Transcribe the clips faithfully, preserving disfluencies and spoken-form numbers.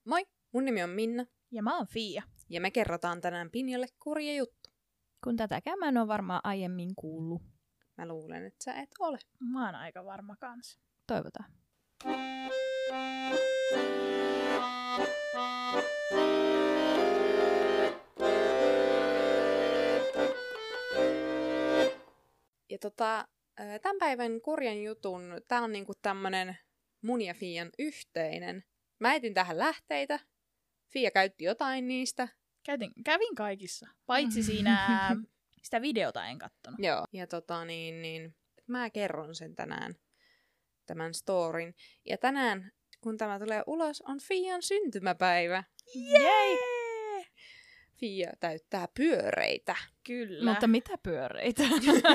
Moi, mun nimi on Minna. Ja mä oon Fia. Ja me kerrotaan tänään Pinjalle kurja juttu. Kun tätäkään mä en ole varmaan aiemmin kuullut. Mä luulen, että sä et ole. Mä oon aika varma kans. Toivotaan. Ja tota, tämän päivän kurjan jutun, tää on niinku tämmönen mun ja Fian yhteinen. Mä etin tähän lähteitä. Fia käytti jotain niistä. Käytin, kävin kaikissa, paitsi siinä sitä videota en kattonut. Joo. Ja tota niin, niin mä kerron sen tänään, tämän storin. Ja tänään, kun tämä tulee ulos, on Fian syntymäpäivä. Jee! Fia täyttää pyöreitä. Kyllä. Mutta mitä pyöreitä?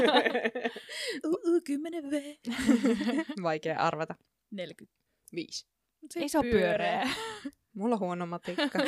Uu, kymmenen V. Vaikea arvata. neljäkymmentä. Viisi. Se Ei se ole pyöreä. Mulla on huono matikka.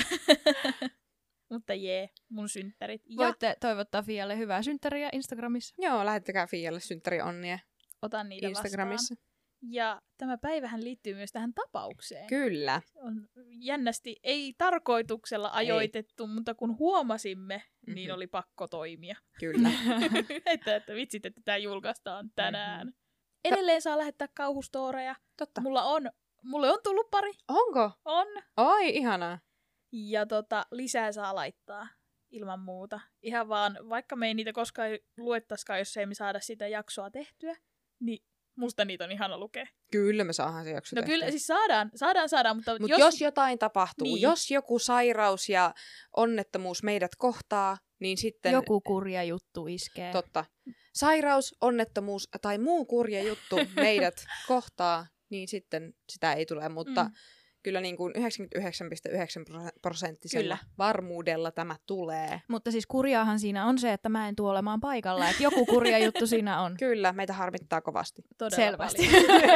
Mutta jee, mun synttärit. Ja Voitte toivottaa Fialle hyvää synttäriä Instagramissa. Joo, lähettäkää Fialle synttäri-onnia otan niitä Instagramissa. vastaan. Ja tämä päivähän liittyy myös tähän tapaukseen. Kyllä. On jännästi, ei tarkoituksella ajoitettu, ei. Mutta kun huomasimme, mm-hmm. niin oli pakko toimia. Kyllä. että, että vitsit, että tämä julkaistaan tänään. Mm-hmm. Edelleen saa lähettää kauhustooreja. Totta. Mulla on, mulle on tullut pari. Onko? On. Oi, ihanaa. Ja tota, lisää saa laittaa ilman muuta. Ihan vaan, vaikka me ei niitä koskaan luettaskaan, jos ei me saada sitä jaksoa tehtyä, niin musta niitä on ihana lukea. Kyllä me saadaan se jakso No tehtyä. kyllä, siis saadaan, saadaan, saadaan, mutta Mut jos... jos jotain tapahtuu, niin. jos joku sairaus ja onnettomuus meidät kohtaa, niin sitten... Joku kurja juttu iskee. Totta. Sairaus, onnettomuus tai muu kurja juttu meidät kohtaa, niin sitten sitä ei tule, mutta... Mm. Kyllä niin kuin yhdeksänkymmentäyhdeksän pilkku yhdeksän prosenttisella varmuudella tämä tulee. Mutta siis kurjaahan siinä on se, että mä en tule olemaan paikalla. Että joku kurja juttu siinä on. Kyllä, meitä harmittaa kovasti. Todella selvästi.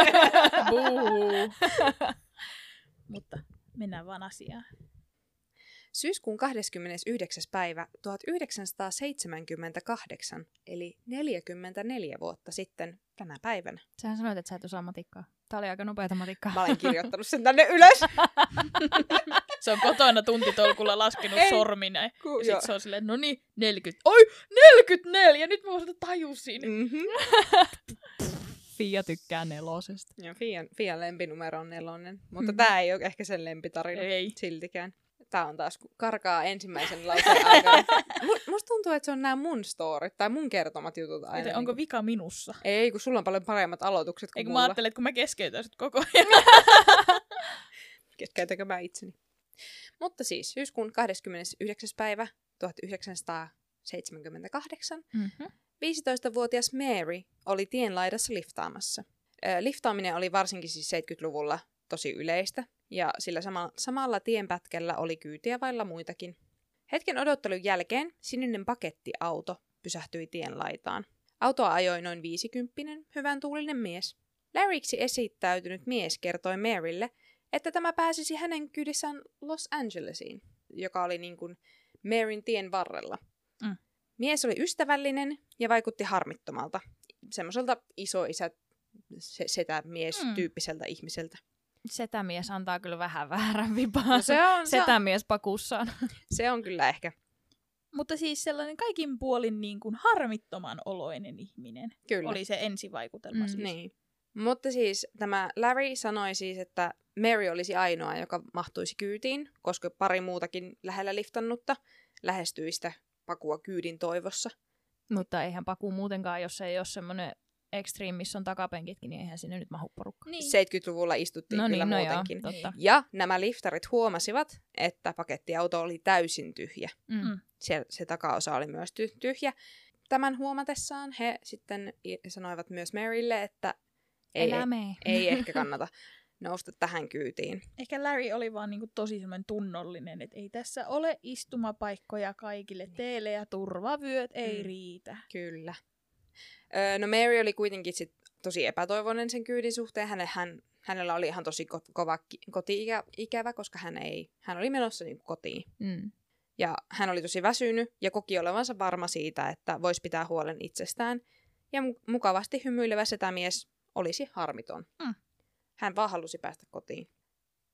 Buu. Mutta mennään vaan asiaan. Syyskuun kahdeskymmenesyhdeksäs päivä tuhatyhdeksänsataaseitsemänkymmentäkahdeksan, eli neljäkymmentäneljä vuotta sitten tänä päivänä. Sähän sanoit, että sä et osaa matikkaa. Tää oli aika nopeata matikkaa. Mä olen kirjoittanut sen tänne ylös. Se on kotona tuntitolkulla laskenut Ei. sormin näin. Ku, ja joo. sit se on silleen, no niin, neljäkymmentä. Oi, neljäkymmentäneljä! Nyt mä vasta tajusin. Mm-hmm. Fia tykkää nelosesta. Joo, Fian, Fian lempinumero on nelonen, mutta Mm. tää ei ole ehkä sen lempitarina Ei. siltikään. Tää on taas, kun karkaa ensimmäisen lauseen aikana. Musta tuntuu, että se on nämä mun storit tai mun kertomat jutut aina. Joten onko niin vika minussa? Ei, kun sulla on paljon paremmat aloitukset kuin Eikö mä mulla. ajattelen, että kun mä keskeytän sut koko ajan. Keskeytänkö mä itseni? Mutta siis, syyskuun kahdeskymmenesyhdeksäs päivä tuhatyhdeksänsataaseitsemänkymmentäkahdeksan Mm-hmm. viisitoistavuotias Mary oli tienlaidassa liftaamassa. Ö, liftaaminen oli varsinkin siis seitsemänkymmentäluvulla tosi yleistä, ja sillä sama, samalla tienpätkällä oli kyytiä vailla muitakin. Hetken odottelun jälkeen sininen pakettiauto pysähtyi tienlaitaan. Autoa ajoi noin viisikymppinen, hyvän tuulinen mies. Larryksi esittäytynyt mies kertoi Marylle, että tämä pääsisi hänen kyydissään Los Angelesiin, joka oli niin kuin Maryn tien varrella. Mm. Mies oli ystävällinen ja vaikutti harmittomalta, semmoiselta isoisä se, setämies-tyyppiseltä mm. ihmiseltä. Setämies antaa kyllä vähän väärän vipaa. No se on, se on, Setämies pakussaan. se on kyllä ehkä. Mutta siis sellainen kaikin puolin niin kuin harmittoman oloinen ihminen. Kyllä. Oli se ensivaikutelma Mm, siis. Niin. Mutta siis tämä Larry sanoi siis, että Mary olisi ainoa, joka mahtuisi kyytiin, koska pari muutakin lähellä liftannutta lähestyi sitä pakua kyydin toivossa. Mutta eihän paku muutenkaan, jos ei ole semmoinen extreme, missä on takapenkitkin, niin eihän sinne nyt mahu porukka. Niin. seitsemänkymmentäluvulla istuttiin No kyllä niin, no muutenkin. joo, totta. Ja nämä liftarit huomasivat, että pakettiauto oli täysin tyhjä. Mm. Se, se takaosa oli myös ty- tyhjä. Tämän huomatessaan he sitten i- sanoivat myös Marylle, että ei, Elä mee. ei ehkä kannata nousta tähän kyytiin. Ehkä Larry oli vaan niinku tosi semmoinen tunnollinen, että ei tässä ole istumapaikkoja kaikille teille ja turvavyöt ei Mm. riitä. Kyllä. Öö, no Mary oli kuitenkin sit tosi epätoivoinen sen kyydin suhteen. Häne, hän, hänellä oli ihan tosi ko- kova ki- koti-ikävä, koska hän, ei, hän oli menossa niin kotiin. Mm. Ja hän oli tosi väsynyt ja koki olevansa varma siitä, että voisi pitää huolen itsestään. Ja mu- mukavasti hymyilevä setämies olisi harmiton. Mm. Hän vaan halusi päästä kotiin.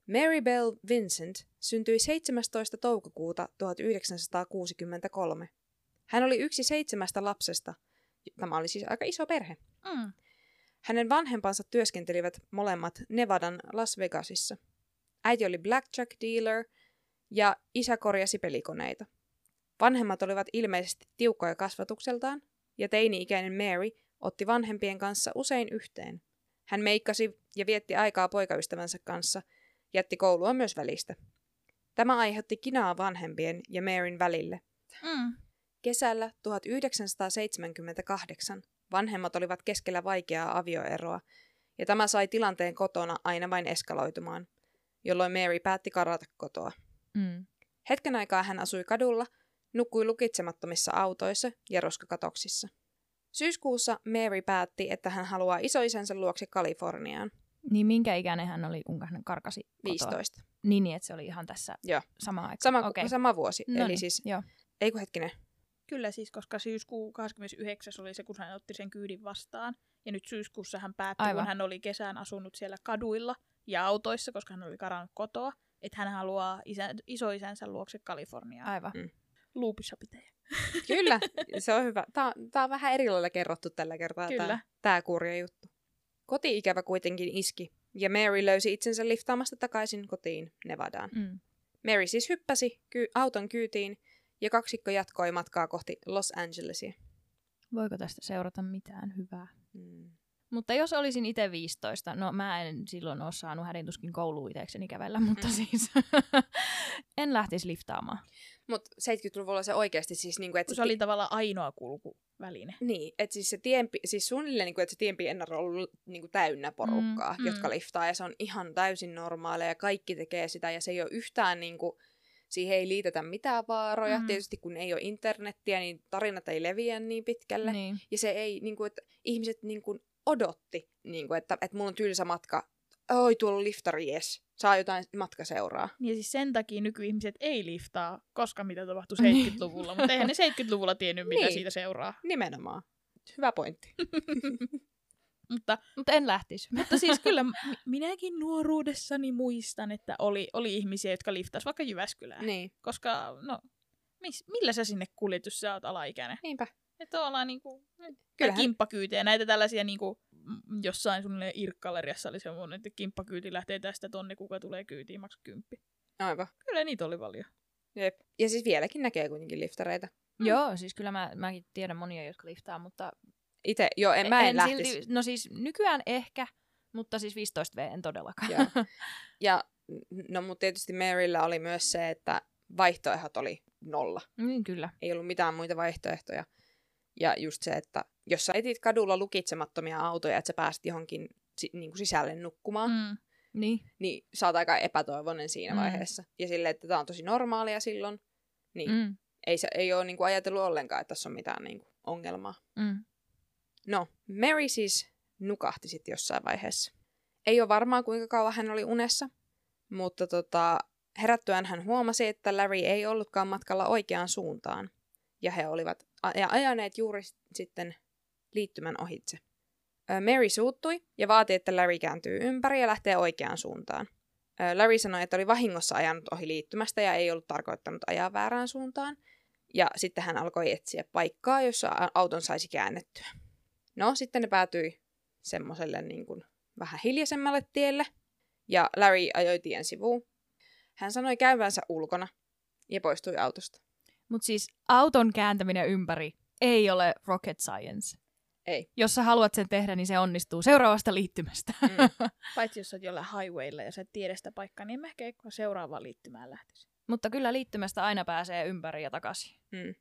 Mary Bell Vincent syntyi seitsemästoista toukokuuta tuhatyhdeksänsataakuusikymmentäkolme. Hän oli yksi seitsemästä lapsesta. Tämä oli siis aika iso perhe. Mm. Hänen vanhempansa työskentelivät molemmat Nevadan Las Vegasissa. Äiti oli blackjack dealer ja isä korjasi pelikoneita. Vanhemmat olivat ilmeisesti tiukkoja kasvatukseltaan, ja teini-ikäinen Mary otti vanhempien kanssa usein yhteen. Hän meikkasi ja vietti aikaa poikaystävänsä kanssa, jätti koulua myös välistä. Tämä aiheutti kinaa vanhempien ja Maryn välille. Mm. Kesällä tuhatyhdeksänsataaseitsemänkymmentäkahdeksan vanhemmat olivat keskellä vaikeaa avioeroa, ja tämä sai tilanteen kotona aina vain eskaloitumaan, jolloin Mary päätti karata kotoa. Mm. Hetken aikaa hän asui kadulla, nukkui lukitsemattomissa autoissa ja roskakatoksissa. Syyskuussa Mary päätti, että hän haluaa isoisänsä luokse Kaliforniaan. Niin minkä ikäinen hän oli, kun hän karkasi kotoa? viisitoista. Niin, niin, että se oli ihan tässä Joo. sama aika. Sama, okay. sama vuosi. No Eli niin, siis, joo. ei kun hetkinen. Kyllä siis, koska syyskuu kahdeskymmenesyhdeksäs oli se, kun hän otti sen kyydin vastaan. Ja nyt syyskuussa hän päätti, Aivan. kun hän oli kesän asunut siellä kaduilla ja autoissa, koska hän oli karannut kotoa, että hän haluaa isä, isoisänsä luokse Kaliforniaan. Aivan. Mm. Luupissa pitäjä. Kyllä, se on hyvä. Tämä on, tää on vähän eri lailla kerrottu tällä kertaa, Kyllä. tämä, tämä kurja juttu. Koti-ikävä kuitenkin iski, ja Mary löysi itsensä liftaamasta takaisin kotiin Nevadaan. Mm. Mary siis hyppäsi ky- auton kyytiin, ja kaksikko jatkoi matkaa kohti Los Angelesia. Voiko tästä seurata mitään hyvää? Mm. Mutta jos olisin itse viisitoista, no mä en silloin ole saanut hädintuskin kouluun itsekseni kävellä, mutta Mm. siis en lähtisi liftaamaan. Mutta seitsemänkymmentäluvulla se oikeasti siis... Niinku, että Se oli tavallaan ainoa kulkuväline. Niin, että siis se tienpi, siis suunnilleen, niin kuin, että se tienpiennari on ollut niin kuin täynnä porukkaa, Mm, mm, jotka mm. liftaa, ja se on ihan täysin normaalia, ja kaikki tekee sitä, ja se ei ole yhtään, niin kuin, siihen ei liitetä mitään vaaroja. Mm. Tietysti kun ei ole internettiä, niin tarinat ei leviä niin pitkälle. Niin. Ja se ei, niin kuin, että ihmiset niin kuin, odotti, niin kuin, että, että mulla on tylsä matka, oi tuolla on liftari, jes, saa jotain matkaseuraa. Ja siis sen takia nykyihmiset ei liftaa, koska mitä tapahtui seitsemänkymmentäluvulla. Mutta eihän ne seitsemänkymmentäluvulla tiennyt, mitä Niin. siitä seuraa. Nimenomaan. Hyvä pointti. Mutta, Mutta en lähtisi. mutta siis kyllä m- minäkin nuoruudessani muistan, että oli, oli ihmisiä, jotka liftasivat vaikka Jyväskylään. Niin, Koska, no, mis, millä sä sinne kuljet, jos sä oot alaikäinen? niinpä. Että ollaan niinku, Kyllähän- kimppakyytejä, näitä tällaisia niinku, mm, jossain suunnilleen Irk-galleriassa oli semmoinen, että kimppakyyti lähtee tästä tonne, kuka tulee kyytiin, maksaa kymppi. Aivan. Kyllä niitä oli paljon. Jep. Ja siis vieläkin näkee kuitenkin liftareita. Joo, siis kyllä mä, mäkin tiedän monia, jotka liftaa, mutta Itse, joo, en, mä en, en lähtisi. silti, no siis nykyään ehkä, mutta siis viisitoista vuotta en todellakaan. Joo. Ja no mutta tietysti Maryllä oli myös se, että vaihtoehdot oli nolla. Niin kyllä. Ei ollut mitään muita vaihtoehtoja. Ja just se, että jos sä etit kadulla lukitsemattomia autoja, että sä pääsit johonkin si- niin kuin sisälle nukkumaan, mm. Mm. Niin. niin sä oot aika epätoivoinen siinä Mm. vaiheessa. Ja silleen, että tää on tosi normaalia silloin, niin mm. Mm. ei, se, ei ole niin kuin ajatellut ollenkaan, että tässä on mitään niin kuin ongelmaa. Mm. No, Mary siis nukahti sitten jossain vaiheessa. Ei ole varmaa, kuinka kauan hän oli unessa, mutta tota, herättyään hän huomasi, että Larry ei ollutkaan matkalla oikeaan suuntaan. Ja he olivat a- ajaneet juuri s- sitten liittymän ohitse. Ö, Mary suuttui ja vaati, että Larry kääntyy ympäri ja lähtee oikeaan suuntaan. Ö, Larry sanoi, että oli vahingossa ajanut ohi liittymästä ja ei ollut tarkoittanut ajaa väärään suuntaan. Ja sitten hän alkoi etsiä paikkaa, jossa a- auton saisi käännettyä. No, sitten ne päätyi semmoiselle niin kuin vähän hiljaisemmalle tielle, ja Larry ajoi tien sivuun. Hän sanoi käyvänsä ulkona ja poistui autosta. Mutta siis auton kääntäminen ympäri ei ole rocket science. Ei. Jos sä haluat sen tehdä, niin se onnistuu seuraavasta liittymästä. Mm. Paitsi jos sä oot jollain highwaylla ja sä et tiedä sitä paikkaa, niin en mä ehkä seuraavaan liittymään lähtisi. Mutta kyllä liittymästä aina pääsee ympäri ja takaisin. Mm.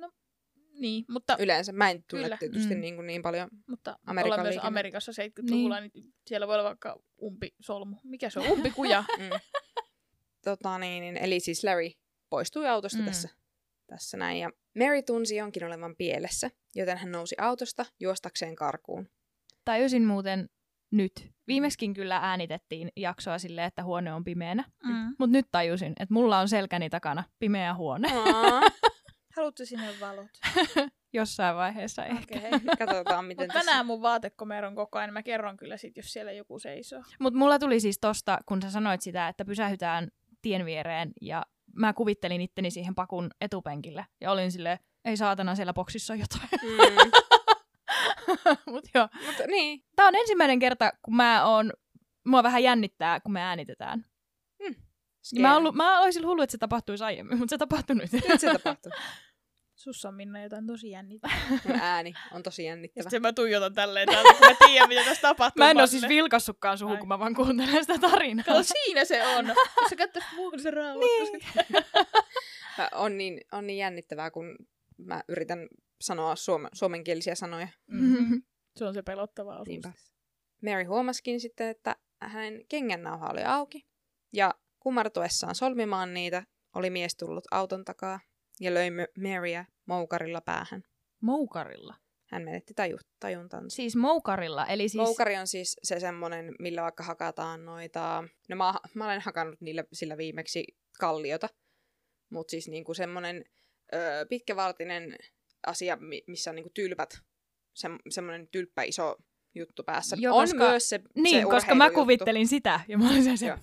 Niin, mutta, Yleensä mä en tunne Kyllä. tietysti Mm. niin, kuin niin paljon. mutta Amerikan ollaan myös liikenne. Amerikassa seitsemänkymmentäluvulla, niin. niin siellä voi olla vaikka umpisolmu. Mikä se on? Umpikuja. Mm. tota, niin, niin, eli siis Larry poistui autosta Mm. tässä, tässä näin. Ja Mary tunsi jonkin olevan pielessä, joten hän nousi autosta juostakseen karkuun. Tajusin muuten nyt. Viimeksikin kyllä äänitettiin jaksoa silleen, että huone on pimeänä. Mm. Mutta nyt tajusin, että mulla on selkäni takana pimeä huone. Aa. Haluatko sinne valot? jossain vaiheessa ehkä. Okei, okay. Katsotaan miten Mutta mä näen mun vaatekomeron koko ajan, mä kerron kyllä sit, jos siellä joku seisoo. Mutta mulla tuli siis tosta, kun sä sanoit sitä, että pysähytään tien viereen ja mä kuvittelin itteni siihen pakun etupenkille ja olin silleen, ei saatana, siellä boksissa on jotain. Mm. Mut joo. Mut, niin. Tää on ensimmäinen kerta, kun mä oon, mua vähän jännittää, kun me äänitetään. Mm. Mä, ollut, mä olisin hullu, että se tapahtuisi aiemmin, mutta se tapahtui nyt. Nyt se tapahtuu. Sussa on, Minna, jotain tosi jännittävää. Mun ääni on tosi jännittävä. Sitten mä tuijotan tälleen täältä, kun mä tiedän, mitä tässä tapahtuu. Mä en oo siis vilkassutkaan suhun, kun mä vaan kuuntelen sitä tarinaa. Kato, siinä se on. Jos sä katsois muuhun, se rauhoittuisi. Niin. on, niin, on niin jännittävää, kun mä yritän sanoa suome, suomenkielisiä sanoja. Mm-hmm. Se on se pelottava osuus. Niinpä. Mary huomasikin sitten, että hänen kengännauha oli auki. Ja kumartuessaan solmimaan niitä, oli mies tullut auton takaa ja löi Maryä moukarilla päähän. Moukarilla? Hän menetti taju- tajuntansa. Siis moukarilla, eli siis... Moukari on siis se semmonen, millä vaikka hakataan noita... No mä, mä olen hakannut niillä sillä viimeksi kalliota. Mutta siis niinku semmonen öö, pitkävartinen asia, missä on niinku tylpät. Se, semmonen tylppä iso juttu päässä. Joo, on koska... myös se Niin, se koska mä kuvittelin sitä. Ja mä olin se...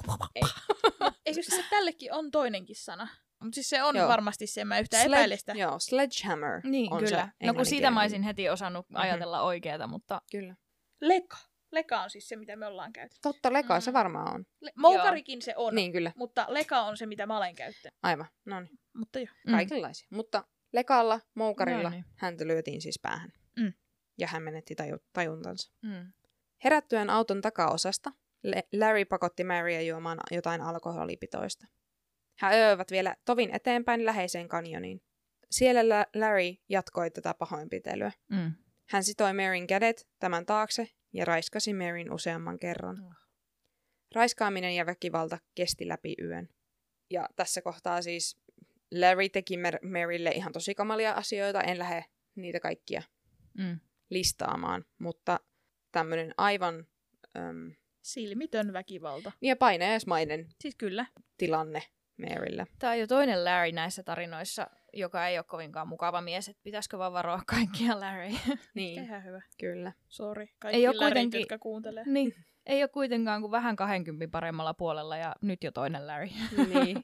Eikö se tällekin on toinenkin sana? Mutta siis se on Joo. varmasti se, mä yhtään Sled- epäilistä. Joo, sledgehammer Niin, on kyllä. se No kun siitä mä olisin englanninkielinen. heti osannut Mhm. ajatella oikeeta, mutta... Kyllä. Leka. Leka on siis se, mitä me ollaan käytetty. Totta, leka Mm. se varmaan on. Le- Moukarikin se on, Niin, kyllä. mutta leka on se, mitä mä olen käyttänyt. Aivan. No niin. Mutta joo. Mm. Kaikenlaisia. Mutta lekalla, moukarilla No niin. häntä lyötiin siis päähän. Mm. Ja hän menetti taju- tajuntansa. Mm. Herättyen auton takaosasta, Le- Larry pakotti Marya juomaan jotain alkoholipitoista. He ajoivat vielä tovin eteenpäin läheiseen kanjoniin. Siellä La- Larry jatkoi tätä pahoinpitelyä. Mm. Hän sitoi Maryn kädet tämän taakse ja raiskasi Maryn useamman kerran. Oh. Raiskaaminen ja väkivalta kesti läpi yön. Ja tässä kohtaa siis Larry teki Mar- Marylle ihan tosi kamalia asioita. En lähde niitä kaikkia Mm. listaamaan, mutta tämmöinen aivan äm, Silmitön väkivalta. ja painajaismainen Siis kyllä. tilanne Marylle. Tämä on jo toinen Larry näissä tarinoissa, joka ei ole kovinkaan mukava mies, että pitäisikö vaan varoa kaikkia Larry. Niin, Ihan hyvä. kyllä. Sori. Kaikki Ei oo lärit, kuitenkin- jotka kuuntelee. niin, ei ole kuitenkaan kuin vähän kahdenkympin paremmalla puolella ja nyt jo toinen Larry. Niin.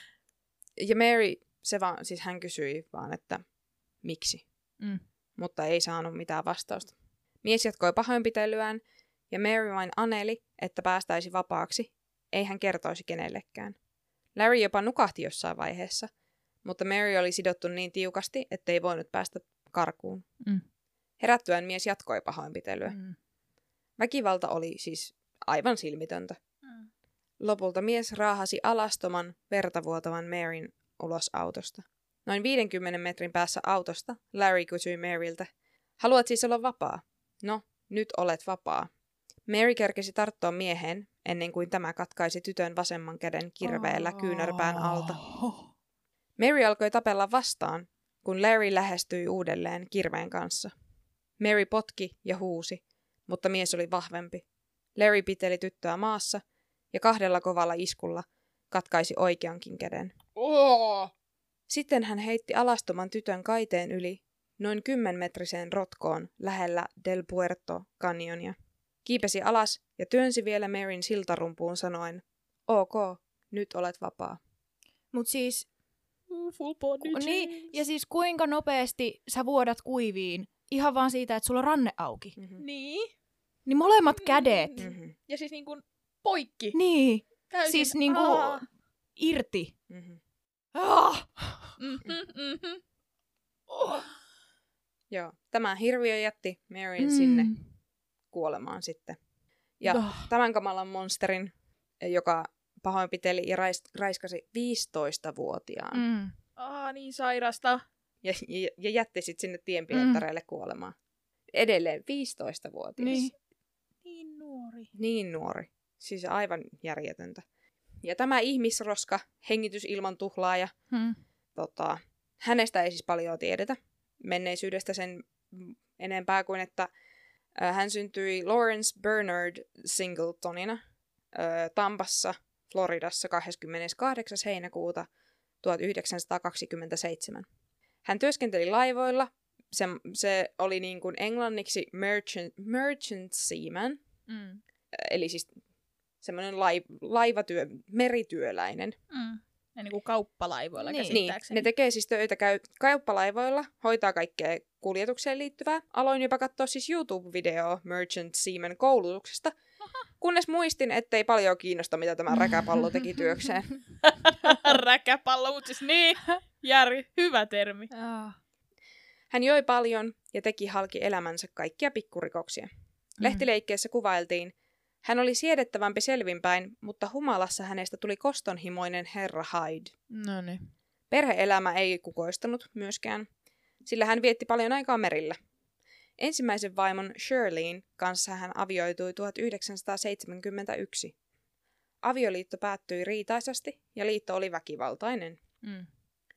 Ja Mary, se vaan, siis hän kysyi vaan, että miksi, Mm. mutta ei saanut mitään vastausta. Mies jatkoi pahoinpitelyään ja Mary vain aneli, että päästäisi vapaaksi, ei hän kertoisi kenellekään. Larry jopa nukahti jossain vaiheessa, mutta Mary oli sidottu niin tiukasti, ettei voinut päästä karkuun. Mm. Herättyään mies jatkoi pahoinpitelyä. Mm. Väkivalta oli siis aivan silmitöntä. Mm. Lopulta mies raahasi alastoman, vertavuotavan Maryn ulos autosta. Noin viidenkymmenen metrin päässä autosta Larry kysyi Maryltä, haluat siis olla vapaa? No, nyt olet vapaa. Mary kerkesi tarttua mieheen, ennen kuin tämä katkaisi tytön vasemman käden kirveellä kyynärpään alta. Mary alkoi tapella vastaan, kun Larry lähestyi uudelleen kirveen kanssa. Mary potki ja huusi, mutta mies oli vahvempi. Larry piteli tyttöä maassa ja kahdella kovalla iskulla katkaisi oikeankin käden. Oh! Sitten hän heitti alastoman tytön kaiteen yli noin kymmenmetriseen rotkoon lähellä Del Puerto Canyonia. Kiipesi alas ja työnsi vielä Maryn siltarumpuun sanoen, ok, nyt olet vapaa. Mut siis, Full body niin, ja siis kuinka nopeasti sä vuodat kuiviin ihan vaan siitä, että sulla on ranne auki. Mm-hmm. Niin. Niin molemmat kädet. Mm-hmm. Ja siis niin kuin poikki. Niin, Täysin. siis niinku Aa. irti. Mm-hmm. Ah! Mhm, mhm. Oh. Joo, tämä hirviö jätti Maryn sinne kuolemaan sitten. Ja Oh. tämän kamalan monsterin, joka pahoinpiteli ja rais- raiskasi viisitoistavuotiaan. Mm. Aa, niin sairasta. Ja, ja, ja jätti sitten sinne tienpientareille mm. kuolemaan. Edelleen viisitoistavuotias. Niin. Niin nuori. Niin nuori. Siis aivan järjetöntä. Ja tämä ihmisroska, hengitysilman tuhlaaja, Mm. tota, hänestä ei siis paljon tiedetä menneisyydestä sen enempää kuin, että ö, hän syntyi Lawrence Bernard Singletonina ö, Tampassa, Floridassa kahdeskymmeneskahdeksas heinäkuuta tuhatyhdeksänsataakaksikymmentäseitsemän. Hän työskenteli laivoilla se, se oli niin kuin englanniksi merchant, merchant seaman, Mm. eli siis semmoinen laiv, laivatyö, merityöläinen. Mm. Ja niin kuin kauppalaivoilla Niin. Niin, käsittääkseni. ne tekee siis töitä käy, kauppalaivoilla, hoitaa kaikkea kuljetukseen liittyvää. Aloin jopa katsoa siis YouTube-videoa Merchant Seaman koulutuksesta, Aha. kunnes muistin, ettei paljon kiinnosta, mitä tämä räkäpallo teki työkseen. Räkäpallo, mutta siis niin. Jari, hyvä termi. Ah. Hän joi paljon ja teki halki elämänsä kaikkia pikkurikoksia. Lehtileikkeissä kuvailtiin, hän oli siedettävämpi selvinpäin, mutta humalassa hänestä tuli kostonhimoinen herra Hyde. No niin. Perhe-elämä ei kukoistanut myöskään, sillä hän vietti paljon aikaa merillä. Ensimmäisen vaimon Shirleyn kanssa hän avioitui tuhatyhdeksänsataaseitsemänkymmentäyksi. Avioliitto päättyi riitaisasti ja liitto oli väkivaltainen. Mm.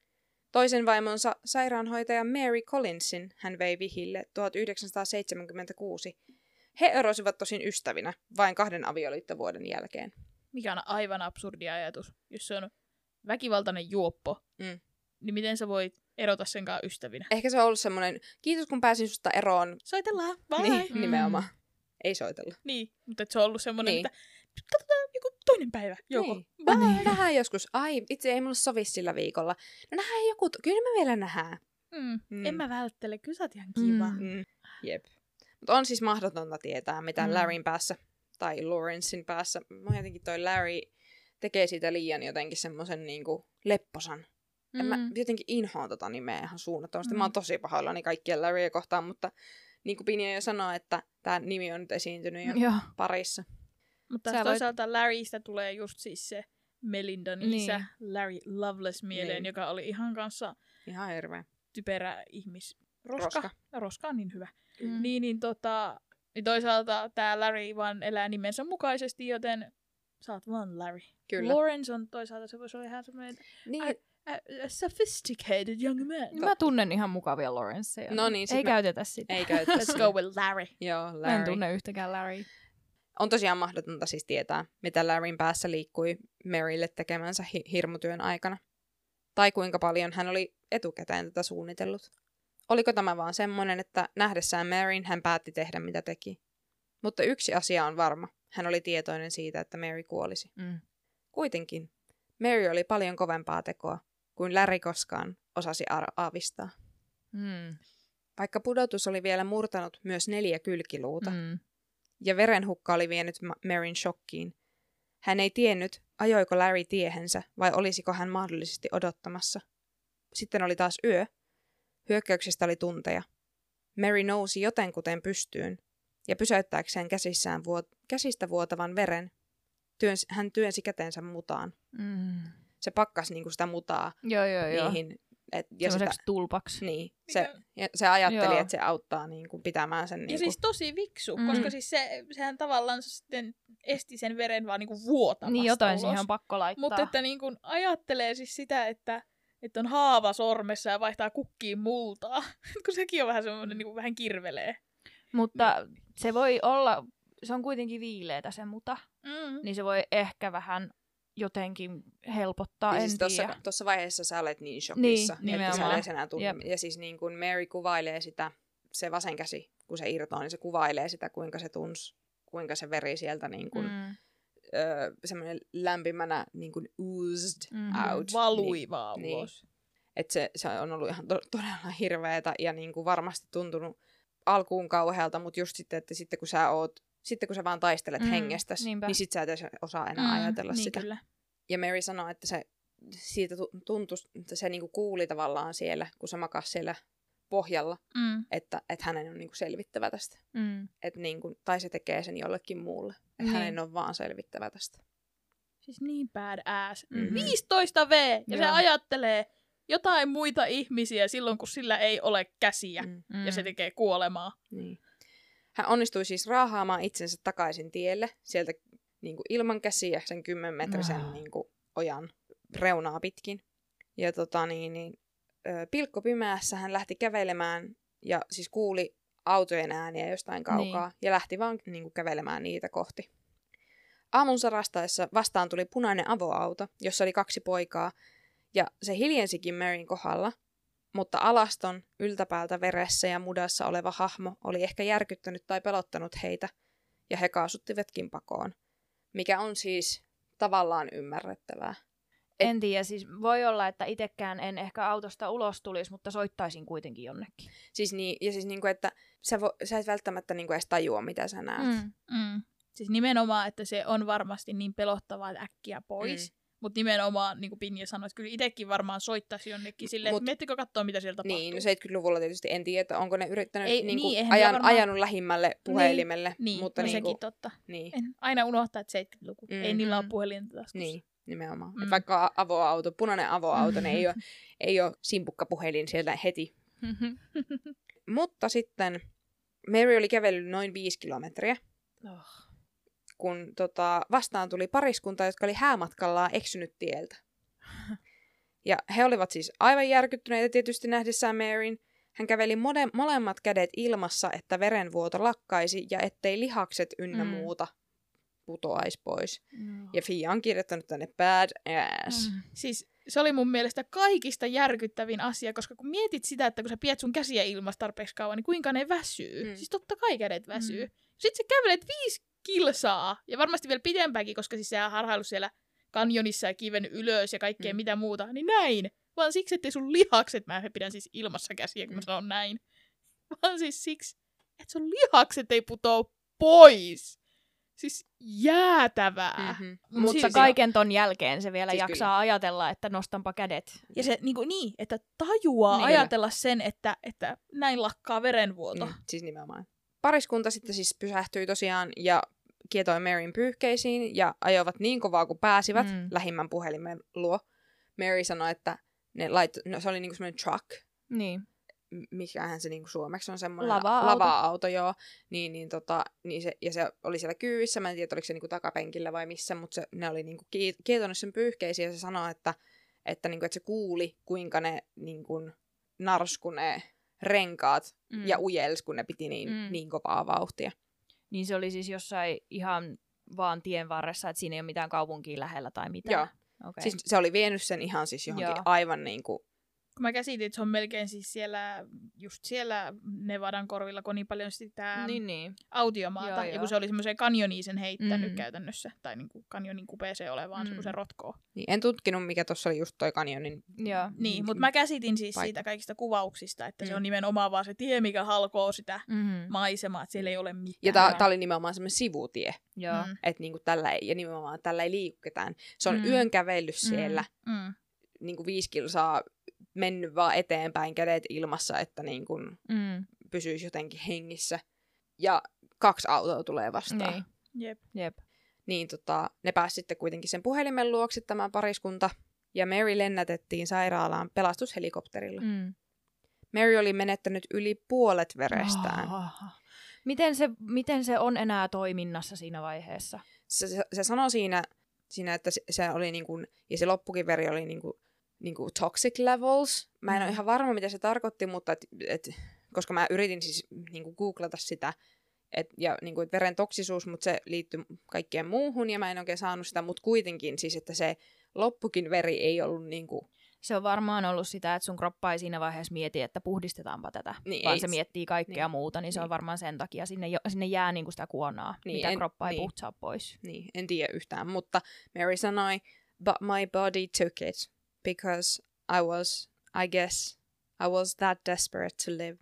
Toisen vaimonsa sairaanhoitaja Mary Collinsin hän vei vihille tuhatyhdeksänsataaseitsemänkymmentäkuusi. He erosivat tosin ystävinä vain kahden avioliittovuoden jälkeen. Mikä on aivan absurdi ajatus. Jos se on väkivaltainen juoppo, Mm. niin miten sä voit erota sen kanssa ystävinä? Ehkä se on ollut semmoinen, kiitos kun pääsin susta eroon. Soitellaan, bye! Niin, Niin, nimenomaan. Ei soitella. niin mutta et se on ollut semmoinen, Niin. että katsotaan joku toinen päivä. Joko. Niin. Bye! Niin. Nähdään joskus. Ai, itse ei mulla sovi sillä viikolla. No nähdään joku, to- kyllä me vielä nähdään. Mm. Mm. En mä välttele, kyllä sä oot ihan kiva. Mm. Mm. Jep. Mutta on siis mahdotonta tietää, mitä Mm. Larryn päässä tai Lawrencein päässä. Mä jotenkin toi Larry tekee siitä liian jotenkin semmoisen niinku lepposan. Mm. En mä jotenkin inhoan tota nimeä ihan suunnattomasti. Mm. Mä oon tosi pahoillani kaikkien Larryja kohtaan, mutta niin kuin Pinja jo sanoi, että tämä nimi on nyt esiintynyt jo Joo. parissa. Mutta Sä toisaalta Larrystä tulee just siis se Melindan Niin. isä, Larry Loveless mieleen, Niin. joka oli ihan kanssa Ihan hirveä. typerä ihmis. Roska. Roska. Roska, Roska on niin hyvä. Mm. Niin, niin, tota, niin toisaalta tämä Larry vaan elää nimensä mukaisesti, joten sä oot vaan Larry. Kyllä. Lawrence on toisaalta, se voisi olla ihan semmoinen Niin, a, a, a sophisticated young man. Mä tunnen ihan mukavia Lawrenceja. No niin, sit Ei mä- käytetä sitä. ei käytä Let's go with Larry. Joo, Mä en Larry. tunne yhtäkään Larry. On tosiaan mahdotonta siis tietää, mitä Larryn päässä liikkui Marylle tekemänsä hi- hirmutyön aikana. Tai kuinka paljon hän oli etukäteen tätä suunnitellut. Oliko tämä vaan semmoinen, että nähdessään Maryn hän päätti tehdä mitä teki. Mutta yksi asia on varma. Hän oli tietoinen siitä, että Mary kuolisi. Mm. Kuitenkin, Mary oli paljon kovempaa tekoa kuin Larry koskaan osasi ar- aavistaa. Mm. Vaikka pudotus oli vielä murtanut myös neljä kylkiluuta, Mm. ja verenhukka oli vienyt Ma- Maryn shokkiin. Hän ei tiennyt, ajoiko Larry tiehensä vai olisiko hän mahdollisesti odottamassa. Sitten oli taas yö. Hyökkäyksestä oli tunteja. Mary nousi jotenkuten pystyyn, ja pysäyttääkseen käsissään vuot- käsistä vuotavan veren, työns- hän työnsi kätensä mutaan. Mm. Se pakkasi niinku sitä mutaa Joo, joo, joo. niihin. Et, ja sitä, Semmoiseksi tulpaksi. niin, Mikä- se, ja se ajatteli, Joo. että se auttaa niinku pitämään sen. Ja Niinku, siis tosi viksu, Mm. koska siis se, sehän tavallaan sitten esti sen veren vaan niinku vuotamasta Niin jotain ulos. siihen on pakko laittaa. Mutta että niin kun ajattelee siis sitä, että, että on haava sormessa ja vaihtaa kukkiin multaa, kun sekin on vähän semmoinen, niin kuin vähän kirvelee. Mutta se voi olla, se on kuitenkin viileetä se muta, Mm. niin se voi ehkä vähän jotenkin helpottaa, ja en siis tiedä. tossa, tossa vaiheessa sä olet niin shokissa, Niin, että sä nimenomaan. olet enää tunne. Jep. Ja siis niin kun Mary kuvailee sitä, se vasen käsi, kun se irtoaa, niin se kuvailee sitä, kuinka se tunsi, kuinka se veri sieltä niin kun, Mm. öö, semmoinen lämpimänä niin kun oozed Mhm. out. Valui Niin, vaan niin. ulos. että se, se on ollut ihan to- todella hirveetä ja niin kuin varmasti tuntunut alkuun kauhealta, mutta just sitten, että sitten kun sä oot, sitten kun sä vaan taistelet Mm, hengestäsi, niinpä. niin sit sä et edes osaa enää Mm, ajatella niin sitä. kyllä. Ja Mary sanoi, että se siitä tu- tuntui, että se niinku kuuli tavallaan siellä, kun se makasi siellä pohjalla, Mm. että, että hänen on niinku selvittävä tästä. Mm. Et niinku, tai se tekee sen jollekin muulle. Että Niin. hänen on vaan selvittävä tästä. Siis niin badass. Mhm. viisitoista V! Ja se Joo. ajattelee jotain muita ihmisiä silloin, kun sillä ei ole käsiä. Mm, Mm. Ja se tekee kuolemaa. niin. Hän onnistui siis raahaamaan itsensä takaisin tielle, sieltä niinku ilman käsiä sen kymmenmetrisen Ah. niinku ojan reunaa pitkin. Ja tota niin, niin ö, pilkkopimeässä hän lähti kävelemään ja siis kuuli autojen ääniä jostain kaukaa ja lähti vaan niinku kävelemään niitä kohti. Aamun sarastaessa vastaan tuli punainen avoauto, jossa oli kaksi poikaa ja se hiljensikin Maryn kohdalla. Mutta alaston, yltäpäältä veressä ja mudassa oleva hahmo oli ehkä järkyttänyt tai pelottanut heitä, ja he kaasuttivatkin pakoon. Mikä on siis tavallaan ymmärrettävää. Et, En tiedä, siis voi olla, että itsekään en ehkä autosta ulos tulisi, mutta soittaisin kuitenkin jonnekin. siis niin, ja siis niinku, että sä, vo, sä et välttämättä niinku edes tajua, mitä sä näet. Mm. Mm. Siis nimenomaan, että se on varmasti niin pelottavaa, että äkkiä pois. Mm. Mutta nimenomaan, niin kuin Pinja sanoi, että kyllä itsekin varmaan soittaisi jonnekin silleen, että miettikö katsoa, mitä sieltä tapahtuu. Niin, no seitsemänkymmentäluvulla tietysti en tiedä, että onko ne yrittänyt Ei, niinku niin, ajan, varmaan... ajanut lähimmälle puhelimelle. Niin, mutta no niinku, sekin totta. Niin. En aina unohtaa, että seitsemänkymmentäluku. Mm. Ei niillä ole puhelinta taskussa. Niin, nimenomaan. Mm. Et vaikka avoauto, punainen avoauto, ne ei ole, ei ole simpukkapuhelin siellä heti. Mutta sitten Mary oli kävellyt noin viisi kilometriä, Oh. kun tota, vastaan tuli pariskunta, jotka oli häämatkallaan eksynyt tieltä. Ja he olivat siis aivan järkyttyneitä tietysti nähdessään Maryn. Hän käveli mode- molemmat kädet ilmassa, että verenvuoto lakkaisi ja ettei lihakset ynnä Mm. muuta putoaisi pois. No. Ja Fia on kirjoittanut tänne bad ass. Mm. Siis se oli mun mielestä kaikista järkyttävin asia, koska kun mietit sitä, että kun sä pidät sun käsiä ilmassa tarpeeksi kauan, niin kuinka ne väsyy. Mm. Mm. Siis totta kai kädet väsyy. Mm. Mm. Sitten sä kävelet viisi kilsaa, ja varmasti vielä pidempäänkin, koska siis sä harhailu siellä kanjonissa ja kiven ylös ja kaikkea Mm. mitä muuta, niin näin. Vaan siksi, ettei sun lihakset, mä pidän siis ilmassa käsiä, kun mä Mm. sanon näin. Vaan siis siksi, että sun lihakset ei putoa pois. Siis jäätävää. Mm-hmm. Mut Mutta silti- kaiken ton jälkeen se vielä Siis jaksaa kyllä. ajatella, että nostanpa kädet. Ja se niin, kuin, niin että tajuaa Niin. niin, ajatella sen, että, että näin lakkaa verenvuoto. Mm, siis nimenomaan. Pariskunta sitten siis pysähtyi tosiaan ja kietoi Maryn pyyhkeisiin ja ajoivat niin kovaa kuin pääsivät Mm. lähimmän puhelimen luo. Mary sanoi, että ne lait, no, se oli niinku semmoinen truck, Niin. m- mikähän se niinku suomeksi on semmoinen Lava-auto. lava-auto, joo. Niin, niin tota, niin se, ja se oli siellä kyyvissä, mä en tiedä, oliko se niinku takapenkillä vai missä, mutta se, ne oli niinku ki- kietonut sen pyyhkeisiin ja se sanoi, että, että, niinku, että se kuuli, kuinka ne niinku, narsku ne renkaat Mm. ja ujels, kun ne piti niin, Mm. niin kovaa vauhtia. Niin se oli siis jossain ihan vaan tien varressa, että siinä ei ole mitään kaupunkia lähellä tai mitään. Joo. Okay. Siis se oli vienyt sen ihan siis johonkin Joo. aivan niinku... Kun mä käsitin, että se on melkein siis siellä, just siellä Nevadan korvilla, kun on niin paljon sitä Niin, niin. autiomaata. Joo, ja joo. kun se oli semmoiseen kanjoniin sen heittänyt Mm. käytännössä, tai niin kuin kanjonin kupeeseen olevaan Mm. semmoisen rotkoon. Niin, en tutkinut, mikä tuossa oli just toi kanjonin... Joo. Niin, mutta mä käsitin siis Paikka. siitä kaikista kuvauksista, että Mm. se on nimenomaan vaan se tie, mikä halkoo sitä Mm-hmm. maisemaa, että siellä ei ole mitään. Ja tää, tää oli nimenomaan semmoinen sivutie, Joo. Mm. että niinku tällä ei, ja nimenomaan tällä ei liiku ketään. Se on Mm. yön kävellyt siellä, Mm. niinku viisi kilsaa mennyt vaan eteenpäin, kädet ilmassa, että niinku Mm. pysyisi jotenkin hengissä. Ja kaksi autoa tulee vastaan. Niin. Jep. Jep. Niin tota, ne pääsi sitten kuitenkin sen puhelimen luoksi tämä pariskunta, ja Mary lennätettiin sairaalaan pelastushelikopterilla. Mm. Mary oli menettänyt yli puolet verestään. Oh. Miten, se, miten se on enää toiminnassa siinä vaiheessa? Se, se, se sanoi siinä, siinä, että se, se oli niin kuin, ja se loppukin veri oli niin kuin, niin kuin toxic levels. Mä en Mm. ole ihan varma, mitä se tarkoitti, mutta et, et, koska mä yritin siis niin kuin googlata sitä, et, ja niin kuin, et veren toksisuus, mutta se liittyy kaikkeen muuhun, ja mä en oikein saanut sitä, mutta kuitenkin siis, että se loppukin veri ei ollut niin kuin, Se on varmaan ollut sitä, että sun kroppa ei siinä vaiheessa mieti, että puhdistetaanpa tätä, Niin, vaan ei se s- miettii kaikkea niin, muuta, niin se niin. on varmaan sen takia. Sinne, jo, sinne jää niinku sitä kuonaa, Niin, mitä en- kroppa ei niin. puhtsaa pois. niin, en tiedä yhtään, mutta Mary sanoi, but my body took it, because I was, I guess, I was that desperate to live.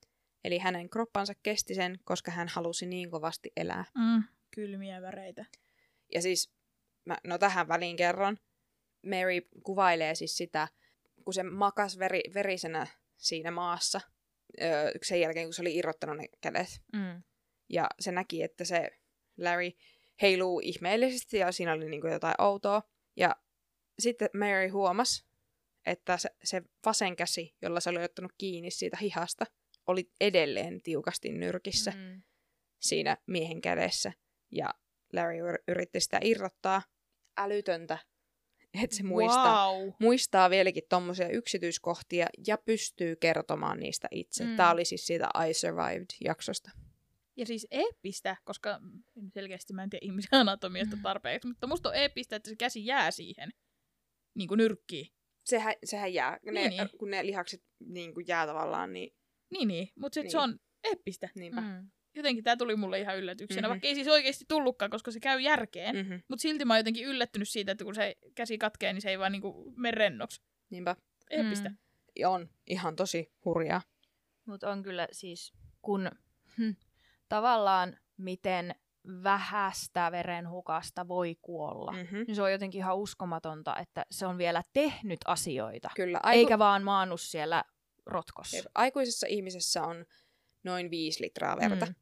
Eli hänen kroppansa kesti sen, koska hän halusi niin kovasti elää. Mm. Kylmiä väreitä. Ja siis, mä, no tähän väliin kerron, Mary kuvailee siis sitä, kun se makas veri, verisenä siinä maassa, öö, sen jälkeen kun se oli irrottanut ne kädet. Mm. Ja se näki, että se Larry heiluu ihmeellisesti ja siinä oli niinku jotain outoa. Ja sitten Mary huomasi, että se, se vasen käsi, jolla se oli ottanut kiinni siitä hihasta, oli edelleen tiukasti nyrkissä Mm. siinä miehen kädessä. Ja Larry yr- yritti sitä irrottaa. Älytöntä, että se muistaa, Wow. muistaa vieläkin tommosia yksityiskohtia ja pystyy kertomaan niistä itse. Mm. Tämä oli siis siitä I Survived-jaksosta. Ja siis eeppistä, koska selkeästi mä en tiedä ihmisen anatomiasta tarpeeksi, mutta musta on eeppistä, että se käsi jää siihen niin kuin nyrkkiin. sehän, sehän jää. Ne, Niin, niin. Kun ne lihakset niin kuin jää tavallaan, niin Niin, niin. Mutta Niin. se on eeppistä. niinpä. Mm. Jotenkin tää tuli mulle ihan yllätyksenä, Mhm. vaikka ei siis oikeasti tullutkaan, koska se käy järkeen. Mm. Mm-hmm. Mutta silti mä oon jotenkin yllättynyt siitä, että kun se käsi katkee, niin se ei vaan niinku mene rennoksi. Niinpä. Eeppistä. Mm. Ja on ihan tosi hurjaa. Mutta on kyllä siis, kun hm, tavallaan miten vähästä verenhukasta voi kuolla, Mm-hmm. niin se on jotenkin ihan uskomatonta, että se on vielä tehnyt asioita, Kyllä. Aiku... eikä vaan maannut siellä rotkossa. Jep. Aikuisessa ihmisessä on noin viisi litraa verta. Mm.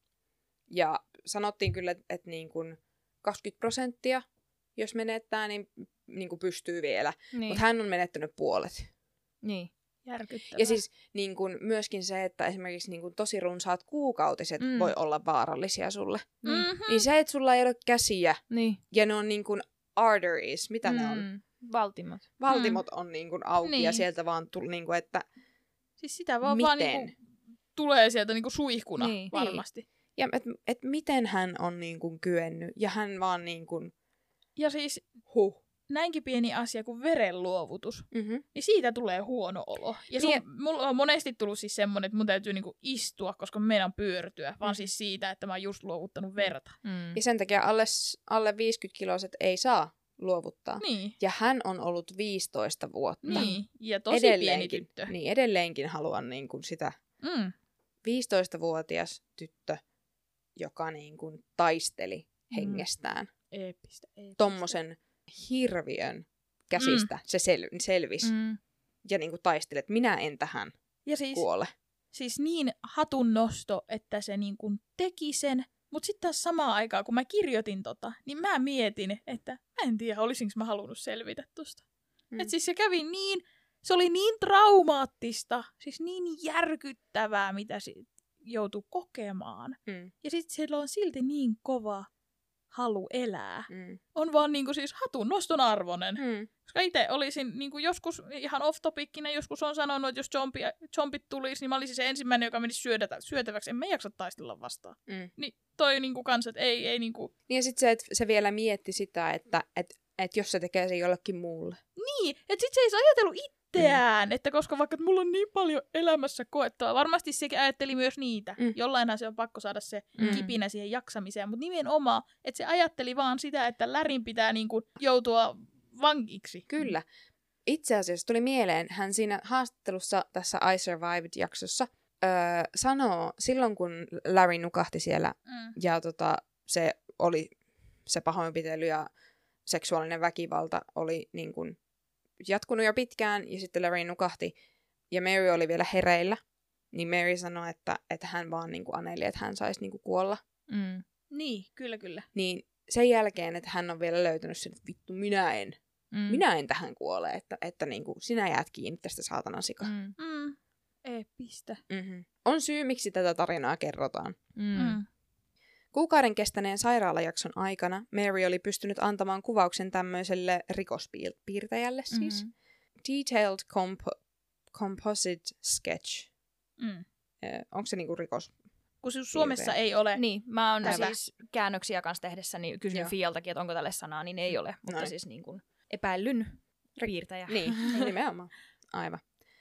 Ja sanottiin kyllä, että et niin kuin kaksikymmentä prosenttia, jos menettää, niin, niin kuin pystyy vielä. Niin. Mutta hän on menettänyt puolet. niin. Järkyttävää. Ja siis niin kuin, myöskin se, että esimerkiksi niin kuin, tosi runsaat kuukautiset Mm. voi olla vaarallisia sulle. Niin. Mhm. Niin se, että sulla ei ole käsiä niin. ja ne on niin kuin arteries, mitä ne on? Mm. Valtimot. Valtimot on niin kuin auki Niin. ja sieltä vaan tuli, niin kuin, että Siis sitä vaan, miten? vaan niinku tulee sieltä niinku suihkuna Niin. varmasti. ja et, et miten hän on niin kuin kyennyt ja hän vaan niin kuin Ja siis huh. näinkin pieni asia kuin verenluovutus, Mm-hmm. niin siitä tulee huono olo. Ja sun, Niin. mulla on monesti tullut siis semmoinen, että mun täytyy niinku istua, koska meidän pyörtyä, vaan Mm. siis siitä, että mä oon just luovuttanut verta. Mm. Ja sen takia alle, alle viisikymmentä-kiloiset ei saa luovuttaa. Niin, Ja hän on ollut viisitoista vuotta. niin. Ja tosi pieni edelleenkin, tyttö. Niin, edelleenkin haluan niin kuin sitä Mm. viisitoistavuotias tyttö, joka niin kuin taisteli hengestään. Eeppistä, eeppistä. Tommosen hirviön käsistä se sel- selvisi. Mm. Ja niin kuin taisteli, että minä en tähän Ja siis, kuole. siis niin hatun nosto, että se niin kuin teki sen. Mutta sitten taas samaan aikaan, kun mä kirjoitin tota, niin mä mietin, että mä en tiedä, olisinko mä halunnut selvitä tosta. Mm. Et siis se kävi niin, se oli niin traumaattista, siis niin järkyttävää, mitä se joutui kokemaan. Mm. Ja sitten sillä on silti niin kova halu elää. Mm. On vaan niinku siis hatun noston arvoinen. Mm. Koska itse olisin niinku joskus ihan off-topickina, joskus on sanonut, että jos zombi, zombit tulisi, niin mä olisin se ensimmäinen, joka menisi syödätä, syötäväksi. En mä jaksa taistella vastaan. Mm. Niin toi niinku kans, että ei, ei niinku... Niin ja sitten se, että se vielä mietti sitä, että et, et jos se tekee sen jollekin muulle. Niin, että sit se ei ajatellut itseään, mm. että koska vaikka mulla on niin paljon elämässä koettavaa, varmasti sekin ajatteli myös niitä. Mm. Jollainhan se on pakko saada se Mm. kipinä siihen jaksamiseen, mutta nimenomaan, että se ajatteli vaan sitä, että Lärin pitää niinku joutua vankiksi. Kyllä. Itse asiassa tuli mieleen, hän siinä haastattelussa tässä I Survived-jaksossa öö, sanoo, silloin kun Larry nukahti siellä Mm. ja tota, se oli se pahoinpitely ja seksuaalinen väkivalta oli niin kuin jatkunut jo pitkään ja sitten Larry nukahti ja Mary oli vielä hereillä, niin Mary sanoi, että, että hän vaan niin kuin aneli, että hän saisi niin kuin kuolla. Mm. Niin, kyllä, kyllä. Niin sen jälkeen, että hän on vielä löytänyt sen, että vittu minä en, Mm. minä en tähän kuole, että, että niin kuin sinä jäät kiinni tästä saatanan sikaa. Mm. Mm. Eeppistä. Mm-hmm. On syy, miksi tätä tarinaa kerrotaan. Mm. Mm. Kuukauden kestäneen sairaalajakson aikana Mary oli pystynyt antamaan kuvauksen tämmöiselle rikospiirtäjälle siis. Mm. Detailed compo- Composite Sketch. Mm. Eh, onko se niinku rikos? Kun siis Suomessa Hirveä. ei ole... Niin, mä oon Päivä. siis käännöksiä kanssa tehdessäni kysynyt Joo. Fialtakin, että onko tälle sanaa, niin ei ole. Mutta Noin. siis niin kuin epäillyn piirtäjä. Niin, nimenomaan. Aivan.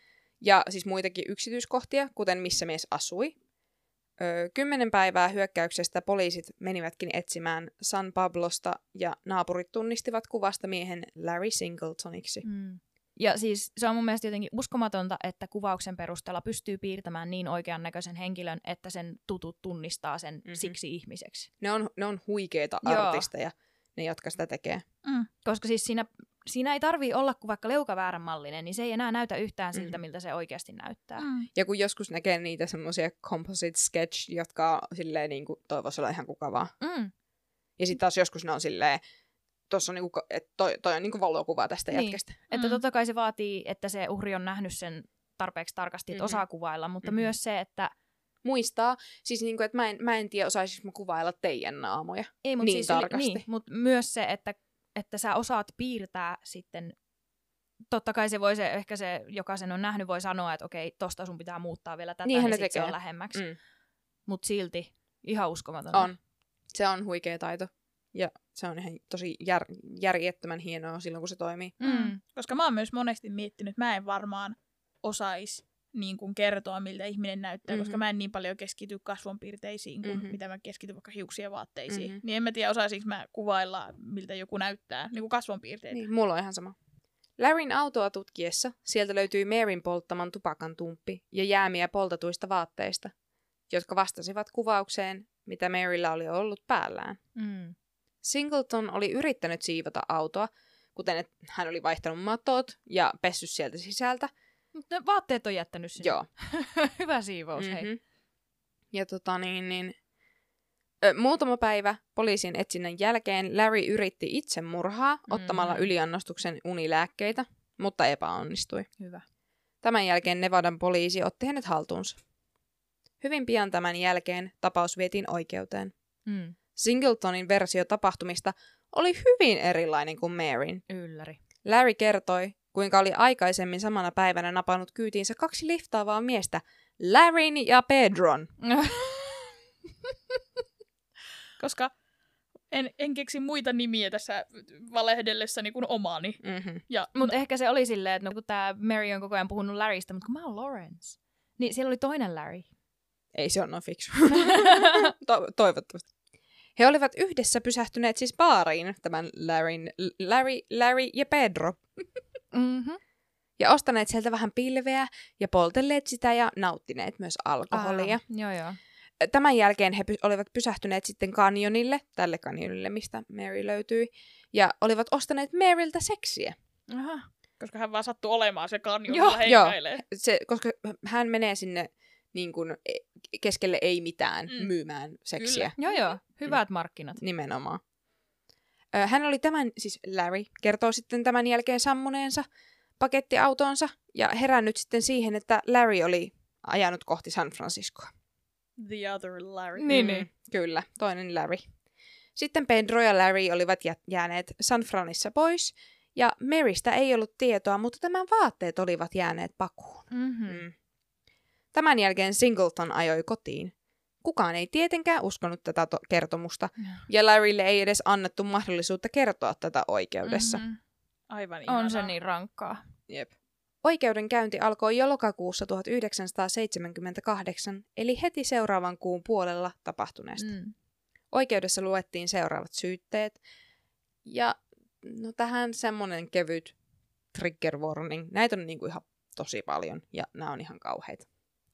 Ja siis muitakin yksityiskohtia, kuten missä mies asui. Öö, kymmenen päivää hyökkäyksestä poliisit menivätkin etsimään San Pablosta ja naapurit tunnistivat kuvasta miehen Larry Singletoniksi. Mm. Ja siis se on mun mielestä jotenkin uskomatonta, että kuvauksen perusteella pystyy piirtämään niin oikean näköisen henkilön, että sen tutut tunnistaa sen Mhm. siksi ihmiseksi. Ne on, ne on huikeita Joo. artisteja, ne jotka sitä tekee. Mm. Koska siis siinä, siinä ei tarvii olla kuin vaikka leukaväärän mallinen, niin se ei enää näytä yhtään siltä, Mhm. miltä se oikeasti näyttää. Mm. Ja kun joskus näkee niitä semmoisia composite sketch, jotka on silleen niin kuin toivoisi olla ihan kuka vaan. Mm. Ja sitten taas joskus ne on silleen, tossa on niinku, että toi, toi on niinku valokuva tästä Niin. jätkästä. Että Mm. totta kai se vaatii, että se uhri on nähnyt sen tarpeeksi tarkasti, että Mhm. osaa kuvailla, mutta Mhm. myös se, että Muistaa, siis niinku, että mä en, mä en tiedä, osaisinko mä kuvailla teidän naamoja. ei, mut Niin siis, tarkasti. Niin, mutta myös se, että, että sä osaat piirtää sitten, totta kai se voi se, ehkä se, joka sen on nähnyt, voi sanoa, että okei, tosta sun pitää muuttaa vielä tätä, Niinhän niin ne sit se tekee. on lähemmäksi. Mm. Mutta silti ihan uskomatonta. On. Se on huikea taito. Ja se on ihan tosi jär, järjettömän hienoa silloin, kun se toimii. Mm. Koska mä oon myös monesti miettinyt, että mä en varmaan osais niin kuin kertoa, miltä ihminen näyttää, mm-hmm. koska mä en niin paljon keskity kasvonpiirteisiin kuin Mm-hmm. mitä mä keskityn vaikka hiuksien vaatteisiin. Mm-hmm. Niin en mä tiedä, osaisinko mä kuvailla, miltä joku näyttää, niin kuin kasvonpiirteitä. Niin, mulla on ihan sama. Larryn autoa tutkiessa sieltä löytyi Maryn polttaman tupakan tumppi ja jäämiä poltatuista vaatteista, jotka vastasivat kuvaukseen, mitä Maryllä oli ollut päällään. Mm. Singleton oli yrittänyt siivota autoa, kuten että hän oli vaihtanut matot ja pessy sieltä sisältä. Mutta ne vaatteet on jättänyt sinne. Joo. Hyvä siivous, hei. Mm-hmm. Ja tota niin, niin ö, muutama päivä poliisin etsinnän jälkeen Larry yritti itsemurhaa Mm. ottamalla yliannostuksen unilääkkeitä, mutta epäonnistui. Hyvä. Tämän jälkeen Nevadan poliisi otti hänet haltuunsa. Hyvin pian tämän jälkeen tapaus vietiin oikeuteen. Mm. Singletonin versio tapahtumista oli hyvin erilainen kuin Maryn. Ylläri. Larry kertoi, kuinka oli aikaisemmin samana päivänä napannut kyytiinsä kaksi liftaavaa miestä, Larryn ja Pedron. Koska en, en keksi muita nimiä tässä valehdellessäni kuin omani. Mm-hmm. Ja Mutta ehkä se oli silleen, että no, kun tää Mary on koko ajan puhunut Larrystä, mutta kun mä oon Lawrence, niin siellä oli toinen Larry. Ei se ole noin fiksu. to- toivottavasti. He olivat yhdessä pysähtyneet siis baariin, tämän Larryn, Larry, Larry ja Pedro. Mm-hmm. Ja ostaneet sieltä vähän pilveä ja poltelleet sitä ja nauttineet myös alkoholia. Ah, joo, joo. Tämän jälkeen he py- olivat pysähtyneet sitten kanjonille, tälle kanjonille, mistä Mary löytyi, ja olivat ostaneet Maryltä seksiä. Aha. koska hän vaan sattuu olemaan se kanjon, Joo, jolla heikailee. Se, koska hän menee sinne niin kuin, keskelle ei mitään Mm. myymään seksiä. Joo, joo. Hyvät markkinat. Nimenomaan. Ö, Hän oli tämän, siis Larry, kertoo sitten tämän jälkeen sammuneensa pakettiautonsa ja herännyt sitten siihen, että Larry oli ajanut kohti San Franciscoa. The other Larry. Niin, Mm, niin. Kyllä, toinen Larry. Sitten Pedro ja Larry olivat jä- jääneet San Franissa pois, ja Marystä ei ollut tietoa, mutta tämän vaatteet olivat jääneet pakuun. Mm-hmm. Mm. Tämän jälkeen Singleton ajoi kotiin. Kukaan ei tietenkään uskonut tätä to- kertomusta, ja Larrylle ei edes annettu mahdollisuutta kertoa tätä oikeudessa. Mm-hmm. Aivan ihanaa. On se niin rankkaa. Jep. Oikeudenkäynti alkoi jo lokakuussa tuhatyhdeksänsataaseitsemänkymmentäkahdeksan, eli heti seuraavan kuun puolella tapahtuneesta. Mm. Oikeudessa luettiin seuraavat syytteet, ja no tähän semmonen kevyt trigger warning. Näitä on niinku ihan tosi paljon, ja nämä on ihan kauheita.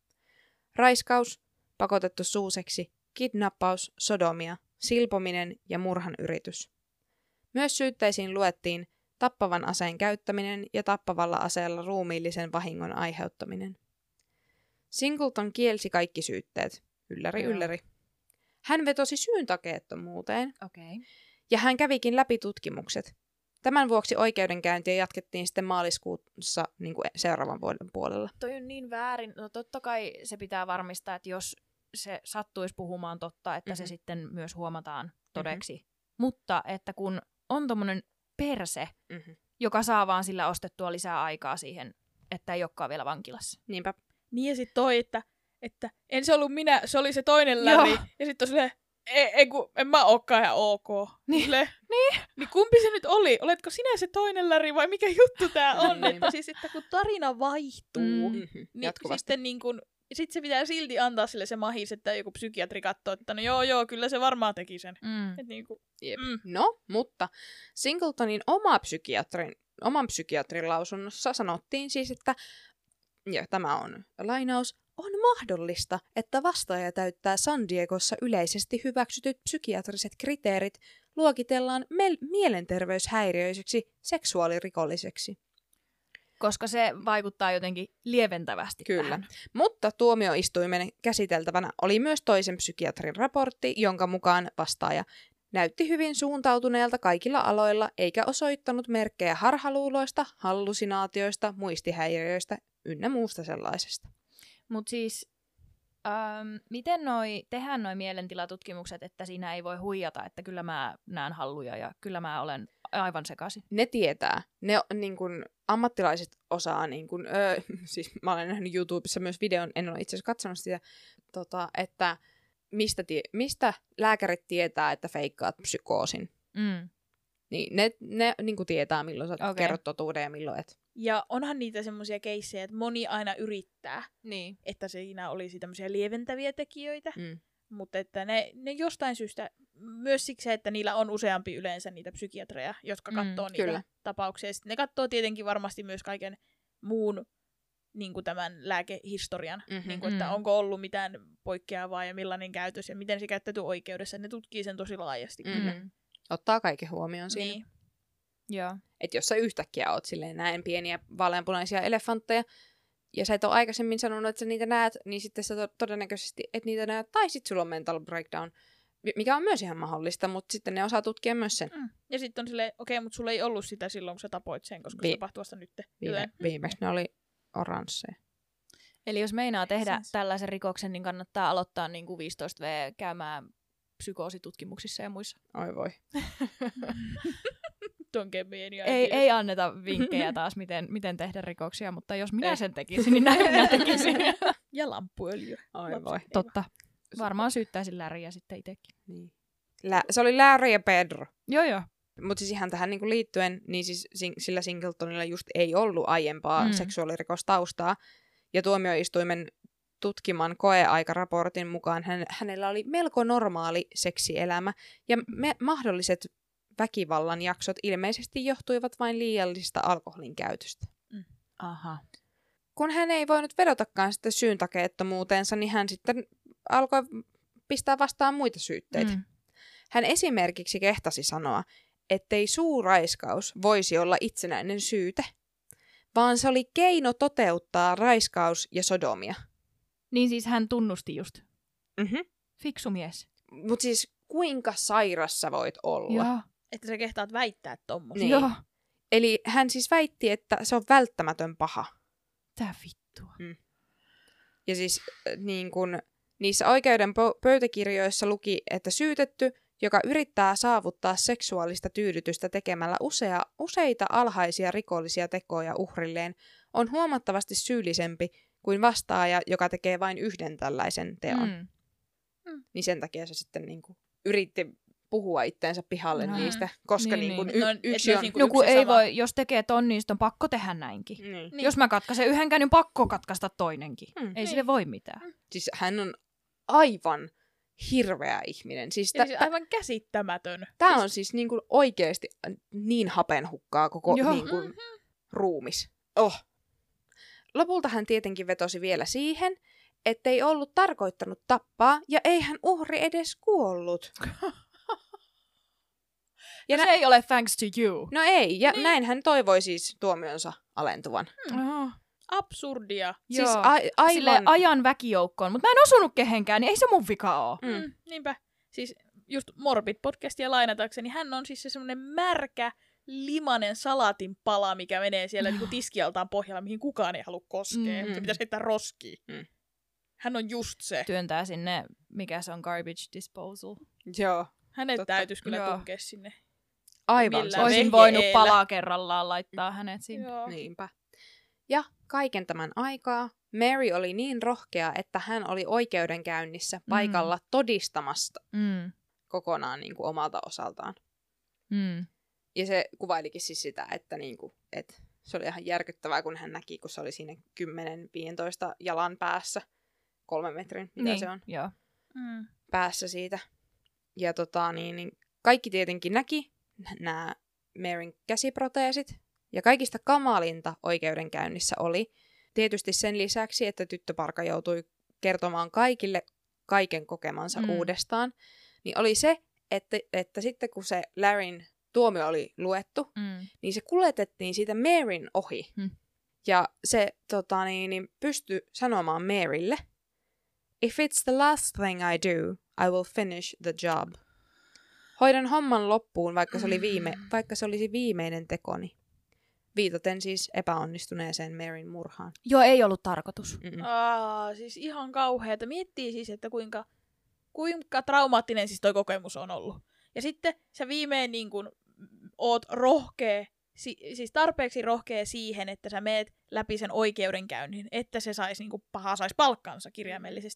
Raiskaus, pakotettu suuseksi, kidnappaus, sodomia, silpominen ja murhan yritys. Myös syytteisiin luettiin tappavan aseen käyttäminen ja tappavalla aseella ruumiillisen vahingon aiheuttaminen. Singleton kielsi kaikki syytteet. Ylläri, Joo. ylläri. Hän vetosi syyntakeettomuuteen Okei. Okay. ja hän kävikin läpi tutkimukset. Tämän vuoksi oikeudenkäyntiä jatkettiin sitten maaliskuussa niin kuin seuraavan vuoden puolella. Toi on niin väärin. No totta kai se pitää varmistaa, että jos se sattuisi puhumaan totta, että mm-hmm. se sitten myös huomataan todeksi. Mm-hmm. Mutta että kun on tommonen perse, Mm-hmm. joka saa vaan sillä ostettua lisää aikaa siihen, että ei olekaan vielä vankilassa. Niinpä. Niin ja sit toi, että, että en se ollut minä, se oli se toinen Larry. Joo. Ja sit on silleen, ei, ei kun en mä ookaan ihan ok. Niin. Silleen, niin. Niin kumpi se nyt oli? Oletko sinä se toinen Larry vai mikä juttu tää on? Niin. Että siis, että kun tarina vaihtuu, Mm. Mm-hmm. niin Jatkuvasti. sitten niin kun, sit se pitää silti antaa sille se mahis, että joku psykiatri katsoo, että no joo joo, kyllä se varmaan teki sen. Mm. Et niin kuin, Jep. mm. No, mutta Singletonin oma psykiatrin, oman psykiatrin lausunnossa sanottiin siis, että, ja tämä on lainaus, on mahdollista, että vastaaja täyttää San Diegossa yleisesti hyväksytyt psykiatriset kriteerit luokitellaan mel- mielenterveyshäiriöiseksi seksuaalirikolliseksi. Koska se vaikuttaa jotenkin lieventävästi Kyllä. tähän. Mutta tuomioistuimen käsiteltävänä oli myös toisen psykiatrin raportti, jonka mukaan vastaaja näytti hyvin suuntautuneelta kaikilla aloilla, eikä osoittanut merkkejä harhaluuloista, hallusinaatioista, muistihäiriöistä ynnä muusta sellaisesta. Mutta siis, ähm, miten noi, tehdään noi mielentilatutkimukset, että siinä ei voi huijata, että kyllä mä näen halluja ja kyllä mä olen aivan sekaisin. Ne tietää. Ne niin kun, ammattilaiset osaa, niin kun, öö, siis mä olen nähnyt YouTubessa myös videon, en ole itse asiassa katsonut sitä, tota, että mistä, tie- mistä lääkärit tietää, että feikkaat psykoosin. Mm. Niin ne, ne niin kuin tietää, milloin sä Okei. kerrot totuuden ja milloin et. Ja onhan niitä semmoisia keissejä, että moni aina yrittää, Niin. että siinä olisi tämmöisiä lieventäviä tekijöitä. Mm. Mutta että ne, ne jostain syystä, myös siksi, että niillä on useampi yleensä niitä psykiatreja, jotka Mm, katsoo niitä kyllä. tapauksia. Sitten ne katsoo tietenkin varmasti myös kaiken muun niin kuin tämän lääkehistorian, Mhm. niin kuin, että Mm. onko ollut mitään poikkeavaa ja millainen käytös ja miten se käyttäytyy oikeudessa. Ne tutkii sen tosi laajasti. Mm. kyllä. Mm. Ottaa kaiken huomioon siinä. Niin. Joo. Että jos sä yhtäkkiä oot silleen näin pieniä vaaleanpunaisia elefantteja, ja sä et ole aikaisemmin sanonut, että sä niitä näet, niin sitten sä to- todennäköisesti et niitä näet, tai sitten sulla on mental breakdown, mikä on myös ihan mahdollista, mutta sitten ne osaa tutkia myös sen. Mm. Ja sitten on silleen, okei, okay, mutta sulla ei ollut sitä silloin, kun sä tapoit sen, koska Vi- se tapahtui vasta nyt. Viime, Joten, viimeksi ne oli oransseja. Eli jos meinaa tehdä Siis- tällaisen rikoksen, niin kannattaa aloittaa niin kuin viisitoista vuotiaana käymään psykoositutkimuksissa ja muissa. Oi voi. Don't mean Ei, ei anneta vinkkejä taas, miten, miten tehdä rikoksia, mutta jos minä Ei. sen tekisin, niin näin minä tekisin. Ja lamppuöljy. Oi Lapset voi. ei Totta. Varmaan syyttäisin Läriä sitten itsekin. Niin. Lä- se oli Larry ja Pedro. Joo, joo. Mutta siis ihan tähän niinku liittyen, niin siis sing- sillä Singletonilla just ei ollut aiempaa Mm. mm. seksuaalirikostaustaa. Ja tuomioistuimen tutkiman koeaikaraportin mukaan hän, hänellä oli melko normaali seksielämä. Ja me, mahdolliset väkivallan jaksot ilmeisesti johtuivat vain liiallisesta alkoholin käytöstä. Aha. Kun hän ei voinut vedotakaan sitten syyntakeettomuuteensa, niin hän sitten alkoi pistää vastaan muita syytteitä. Mm. Hän esimerkiksi kehtasi sanoa, ettei suuraiskaus voisi olla itsenäinen syyte, vaan se oli keino toteuttaa raiskaus ja sodomia. Niin siis hän tunnusti just. Mm-hmm. Fiksu mies. Mutta siis kuinka sairas sä voit olla? Joo. Että sä kehtaat väittää tommosia. Niin. Joo. Eli hän siis väitti, että se on välttämätön paha. Tää vittua. Ja siis äh, niin kun, niissä oikeuden pö- pöytäkirjoissa luki, että syytetty, joka yrittää saavuttaa seksuaalista tyydytystä tekemällä usea, useita alhaisia rikollisia tekoja uhrilleen, on huomattavasti syyllisempi kuin vastaaja, joka tekee vain yhden tällaisen teon. Mm. Niin sen takia se sitten niin kuin yritti puhua itteensä pihalle No. niistä, koska Niin, niin, niin niin. y- No, et yksi ne on... niinku- No kun yksi ei sama. voi, jos tekee ton, niin sit on pakko tehdä näinkin. Niin. Niin. Jos mä katkaisen yhdenkään, niin pakko katkaista toinenkin. Mm. Ei Niin. sille voi mitään. Siis hän on aivan hirveä ihminen. Siis Ja tä- siis aivan käsittämätön. Tämä on siis niin kuin oikeasti niin hapenhukkaa koko Joo. niin kuin ruumis. Oh. Lopulta hän tietenkin vetosi vielä siihen, ettei ollut tarkoittanut tappaa ja eihän uhri edes kuollut. Ja Ja nä- se ei ole thanks to you. no ei, ja Niin. näin hän toivoi siis tuomionsa alentuvan. Oh. Absurdia. Siis Joo. a- aivan... Silleen ajan väkijoukkoon, mutta mä en osunut kehenkään, niin ei se mun vika oo. Mm. Mm, niinpä. Siis just Morbid-podcastia lainatakseni, hän on siis se semmoinen märkä, limanen salatin pala, mikä menee siellä niinku tiskialtaan pohjalla, mihin kukaan ei halua koskea. Mm. Se pitäisi heittää roskiin. Mm. Hän on just se. Työntää sinne, mikä se on, garbage disposal. Joo, Hänet Totta. täytyisi kyllä Joo. tunkea sinne. aivan. Millä Se olisi- Olisin vehjeellä. voinut palaa kerrallaan laittaa hänet sinne. Joo. Niinpä. Ja kaiken tämän aikaa Mary oli niin rohkea, että hän oli oikeudenkäynnissä paikalla todistamasta Mm. kokonaan niin kuin omalta osaltaan. Mm. Ja se kuvailikin siis sitä, että, niin kuin, että se oli ihan järkyttävää, kun hän näki, kun se oli siinä kymmenen viisitoista jalan päässä, kolmen metrin, mitä Niin, se on, joo. Mm. päässä siitä. Ja tota, niin, niin kaikki tietenkin näki nämä Maryn käsiproteesit. Ja kaikista kamalinta oikeudenkäynnissä oli, tietysti sen lisäksi, että tyttöparka joutui kertomaan kaikille kaiken kokemansa Mm. mm. uudestaan, niin oli se, että, että sitten kun se Larryn tuomio oli luettu, Mm. niin se kuljetettiin siitä Maryn ohi. Hmm. Ja se tota, niin, niin pystyi sanomaan Marylle, if it's the last thing I do, I will finish the job. Hoidan homman loppuun, vaikka se, oli viime, vaikka se olisi viimeinen tekoni. Viitaten siis epäonnistuneeseen Maryn murhaan. Joo, ei ollut tarkoitus. Mm-mm. Aa, siis ihan kauheata. Miettii siis, että kuinka, kuinka traumaattinen siis toi kokemus on ollut. Ja sitten sä viimein niin kun, oot rohkea, si- siis tarpeeksi rohkea siihen, että sä meet läpi sen oikeudenkäynnin, että se sais, niin kun, paha sais palkkansa kirjaimellisesti.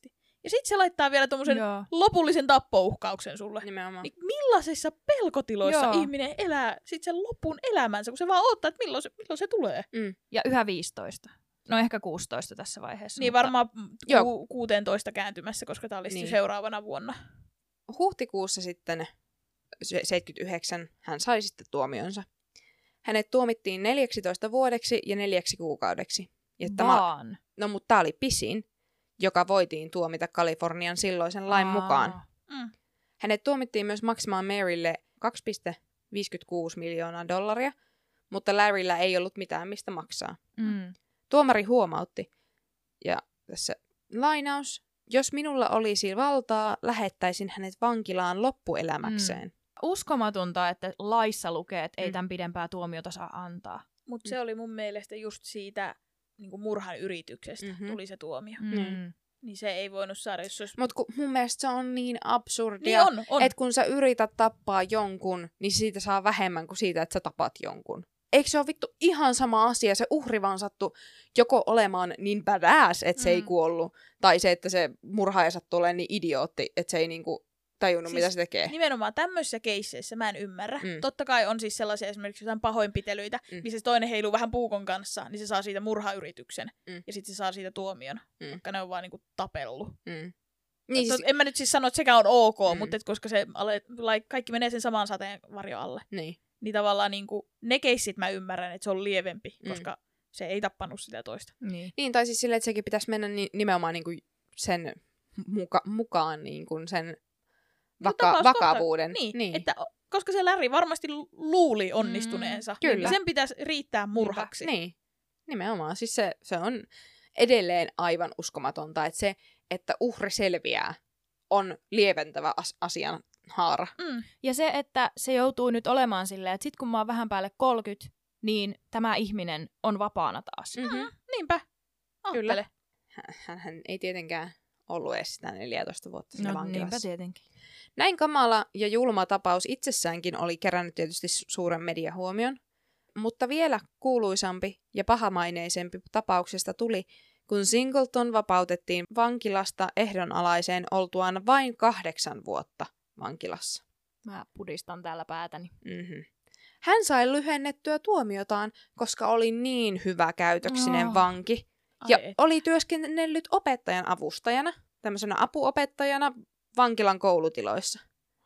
Ja sit se laittaa vielä tommosen Joo. lopullisen tappouhkauksen sulle. Nimenomaan. Niin millaisissa pelkotiloissa Joo. ihminen elää sit sen lopun elämänsä, kun se vaan odottaa, että milloin se, milloin se tulee. Mm. Ja yhä viisitoista. No ehkä kuusitoista tässä vaiheessa. Niin mutta... varmaan Joo. ku, kuusitoista kääntymässä, koska tää olisi Niin. seuraavana vuonna. Huhtikuussa sitten seitsemänkymmentäyhdeksän hän sai sitten tuomionsa. Hänet tuomittiin neljäksitoista vuodeksi ja neljäksi kuukaudeksi. Ja tämä, Vaan. no mutta tämä oli pisin, joka voitiin tuomita Kalifornian silloisen lain Aa. mukaan. Mm. Hänet tuomittiin myös maksamaan Marylle kaksi pilkku viisikymmentäkuusi miljoonaa dollaria, mutta Larryllä ei ollut mitään mistä maksaa. Mm. Tuomari huomautti, ja tässä lainaus, jos minulla olisi valtaa, lähettäisin hänet vankilaan loppuelämäkseen. Uskomatonta, että laissa lukee, että ei Mm. tämän pidempää tuomiota saa antaa. Mutta se oli mun mielestä just siitä niin murhan yrityksestä Mhm. tuli se tuomio. Mm. Niin. Niin se ei voinut saada, jos se olisi... Mutta mun mielestä se on niin Niin absurdia, on, on. että kun sä yrität tappaa jonkun, niin siitä saa vähemmän kuin siitä, että sä tapat jonkun. Eikö se ole vittu ihan sama asia? Se uhri vaan sattuu joko olemaan niin badass, että se mm. ei Mm. kuollut, tai se, että se murhaaja sattuu olemaan niin idiootti, että se ei niinku tajunnut, Siis mitä se tekee. Nimenomaan tämmöisissä keisseissä mä en ymmärrä. Mm. Totta kai on siis sellaisia esimerkiksi jotain pahoinpitelyitä, Mm. missä se toinen heiluu vähän puukon kanssa, niin se saa siitä murhayrityksen. Mm. Ja sitten se saa siitä tuomion, Mm. vaikka ne on vaan niinku tapellut. Mm. Niin, siis, en mä nyt siis sano, että sekään on ok, Mm. mm. mutta et koska se ale, like, kaikki menee sen saman sateenvarjon alle. niin. Niin tavallaan niinku, ne keissit mä ymmärrän, että se on lievempi, Mm. koska se ei tappanut sitä toista. Niin. niin, tai siis silleen, että sekin pitäisi mennä ni- nimenomaan niinku sen muka- mukaan niinku sen vaka- tapauskohta- vakavuuden. Niin, niin. Että, koska se Larry varmasti lu- luuli onnistuneensa. Mm, kyllä. Niin sen pitäisi riittää murhaksi. Niin, nimenomaan. Siis se, se on edelleen aivan uskomatonta, että se, että uhri selviää, on lieventävä as- asian haara. Mm. Ja se, että se joutuu nyt olemaan silleen, että sit kun mä oon vähän päälle kolmekymmentä, niin tämä ihminen on vapaana taas. Mm-hmm. Niinpä. Kyllä. Aattele. Hän, hän ei tietenkään ollut edes sitä neljätoista vuotta siinä No niinpä vankilassa. tietenkin. Näin kamala ja julma tapaus itsessäänkin oli kerännyt tietysti su- suuren mediahuomion, mutta vielä kuuluisampi ja pahamaineisempi tapauksesta tuli, kun Singleton vapautettiin vankilasta ehdonalaiseen oltuaan vain kahdeksan vuotta vankilassa. Mä pudistan täällä päätäni. Mm-hmm. Hän sai lyhennettyä tuomiotaan, koska oli niin hyvä käytöksinen Oh. vanki. Ai Ja et. oli työskennellyt opettajan avustajana, tämmöisenä apuopettajana vankilan koulutiloissa.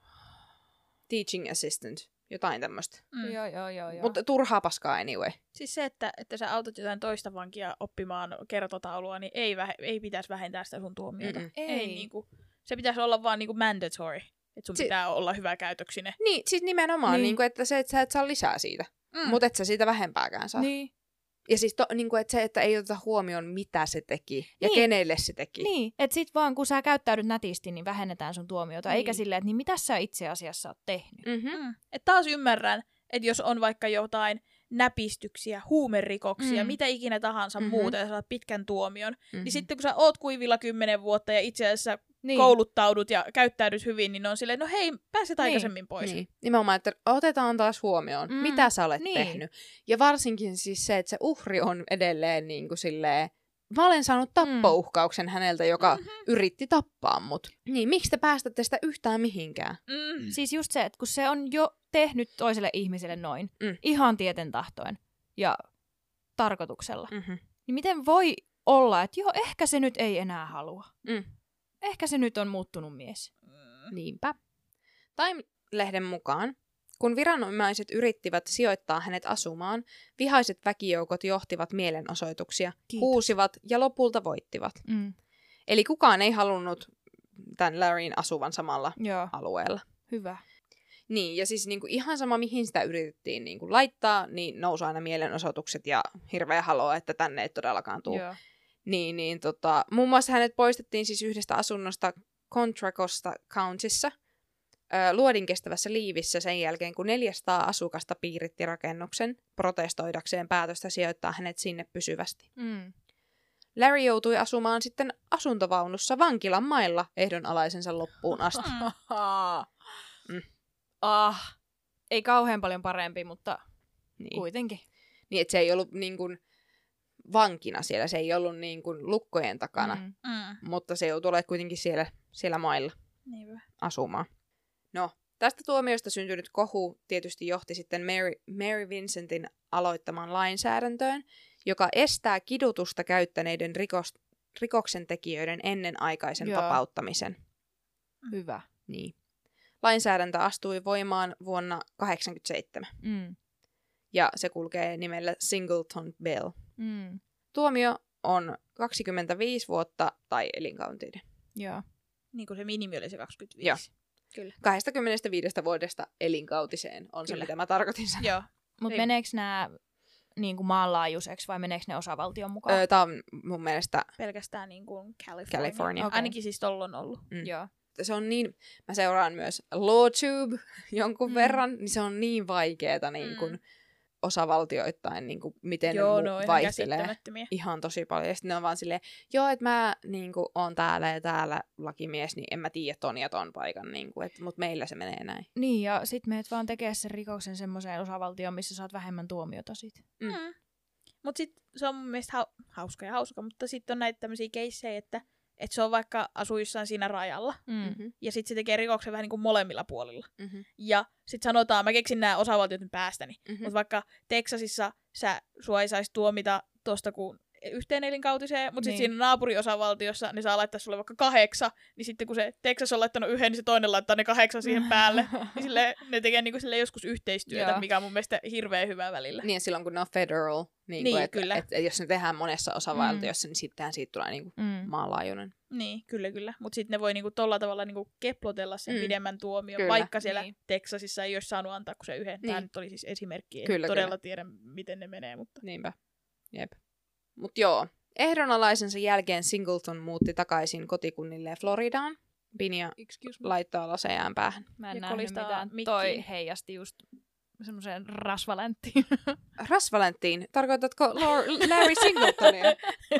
Teaching assistant, jotain tämmöistä. Mm. Joo, joo, joo. joo. Mutta turhaa paskaa anyway. Siis se, että, että sä autat jotain toista vankia oppimaan kertotaulua, niin ei, vähe, ei pitäisi vähentää sitä sun tuomiota. Mm-mm. Ei. ei niinku, se pitäisi olla vaan niinku mandatory. Että sun Si- pitää olla hyvä käytöksinen. Niin, siis nimenomaan, Niin. niin. Niin että se, että sä et saa lisää siitä. Mm. Mutta et sä siitä vähempääkään saa. Niin. Ja siis to, niin kuin, että se, että ei oteta huomioon, mitä se teki ja Niin. kenelle se teki. Niin, että sit vaan kun sä käyttäydyt nätisti, niin vähennetään sun tuomiota. Niin. Eikä silleen, että niin mitä sä itse asiassa oot tehnyt. Mm-hmm. Mm. Et taas ymmärrän, että jos on vaikka jotain näpistyksiä, huumerikoksia, Mm. mitä ikinä tahansa Mhm. muuta ja saat pitkän tuomion, Mm-hmm. niin sitten kun sä oot kuivilla kymmenen vuotta ja itse asiassa Niin. kouluttaudut ja käyttäydyt hyvin, niin ne on silleen, no hei, pääset Niin. aikaisemmin pois. Niin. Nimenomaan, että otetaan taas huomioon, Mm, mm. mitä sä olet niin. tehnyt. Ja varsinkin siis se, että se uhri on edelleen niin kuin silleen, mä olen saanut tappouhkauksen häneltä, joka Mhm. yritti tappaa mut. Niin, miksi te päästätte sitä yhtään mihinkään? Mm. Siis just se, että kun se on jo tehnyt toiselle ihmiselle noin, Mm. ihan tieten tahtoen ja tarkoituksella, Mm-hmm. niin miten voi olla, että joo, ehkä se nyt ei enää halua. Mm. Ehkä se nyt on muuttunut mies. Niinpä. Time-lehden mukaan, kun viranomaiset yrittivät sijoittaa hänet asumaan, vihaiset väkijoukot johtivat mielenosoituksia, Kiitos. huusivat ja lopulta voittivat. Mm. Eli kukaan ei halunnut tämän Larryn asuvan samalla Joo, alueella. hyvä. Niin, ja siis niinku ihan sama, mihin sitä yritettiin niinku laittaa, niin nousi aina mielenosoitukset ja hirveä haloo, että tänne ei todellakaan tule. Joo. Niin, niin tota, muun muassa hänet poistettiin siis yhdestä asunnosta Contra Costa Countyssa, ö, luodin kestävässä liivissä sen jälkeen, kun neljäsataa asukasta piiritti rakennuksen protestoidakseen päätöstä sijoittaa hänet sinne pysyvästi. Mm. Larry joutui asumaan sitten asuntovaunussa vankilan mailla ehdonalaisensa loppuun asti. Mm. Ah, ei kauhean paljon parempi, mutta Niin. kuitenkin. Niin, että se ei ollut niin kuin vankina siellä. Se ei ollut niin kuin lukkojen takana, Mm. Mm. mutta se joutui olemaan kuitenkin siellä, siellä mailla Niinpä. asumaan. No, tästä tuomiosta syntynyt kohu tietysti johti sitten Mary, Mary Vincentin aloittamaan lainsäädäntöön, joka estää kidutusta käyttäneiden rikos, rikoksentekijöiden ennenaikaisen Joo. vapauttamisen. Hyvä. Niin. Lainsäädäntö astui voimaan vuonna kahdeksankymmentäseitsemän, Mm. ja se kulkee nimellä Singleton Bill. Mm. Tuomio on kaksikymmentäviisi vuotta tai elinkautinen. Joo. Niin kuin se minimi oli se kaksikymmentäviisi. Joo. Kyllä. kaksikymmentäviisi vuodesta elinkautiseen on se, Kyllä. mitä mä tarkoitin sanoa. Joo. Mutta Ei. meneekö nämä niin kuin maanlaajuiseksi vai meneekö ne osavaltion mukaan? Öö, Tämä on mun mielestä, Pelkästään niin kuin California. California. Okei. Ainakin siis tolla on ollut. mm. Joo. se on niin, mä seuraan myös LawTube jonkun Mm. mm. verran, niin se on niin vaikeeta niin kuin Mm. osavaltioittain, niin kuin, miten Joo, ne no mu- ihan vaihtelee. käsittämättömiä. Ihan tosi paljon. Ja sitten ne on vaan silleen, joo, että mä niin kuin, oon täällä ja täällä lakimies, niin en mä tiedä ton ja ton paikan, niin kuin, et, mutta meillä se menee näin. Niin, ja sit meet vaan tekee sen rikoksen semmoiseen osavaltioon, missä saat vähemmän tuomiota sit. Mm. Mm. Mut sit se on mun mielestä hau- hauska ja hauska, mutta sitten on näitä tämmöisiä keissejä, että et se on vaikka asuu jossain siinä rajalla, Mm. Mm-hmm. ja sitten se tekee rikoksen vähän niin kuin molemmilla puolilla. Mm-hmm. Ja sitten sanotaan, mä keksin nämä osavaltiot nyt päästäni, Mm-hmm. mutta vaikka Teksasissa sä, sua ei saisi tuomita tosta kuin yhteen elinkautiseen, mutta sitten Niin. siinä naapuriosavaltiossa ne saa laittaa sulle vaikka kahdeksan, niin sitten kun se Texas on laittanut yhden, niin se toinen laittaa ne kahdeksan siihen päälle. Niin sille, ne tekee niinku sille joskus yhteistyötä, Joo. mikä on mun mielestä hirveän hyvä välillä. Niin, ja silloin kun ne on federal, niin, Niin, kuin, et, kyllä. Et, et, jos ne tehdään monessa osavaltiossa, mm. niin sittenhän siitä tulee niin kuin Mm. maanlaajuinen. Niin, kyllä, kyllä. Mutta sitten ne voi niinku tolla tavalla niinku keplotella sen Mm. mm. pidemmän tuomion, Kyllä. vaikka siellä Niin. Teksasissa ei olisi saanut antaa kuin se yhden. Tämä Niin. nyt oli siis esimerkki, en Kyllä, todella kyllä. tiedä, miten ne menee, mutta... Niinpä. Jep. Mut joo. Ehdonalaisensa jälkeen Singleton muutti takaisin kotikunnilleen Floridaan. Pinja Excuse me. laittaa lasejään päähän. Mä en Ja nähnyt kolistaa mitään. mikkiin. Toi heijasti just semmoiseen rasvalenttiin. Rasvalenttiin, tarkoitatko Lor- Larry Singletonia?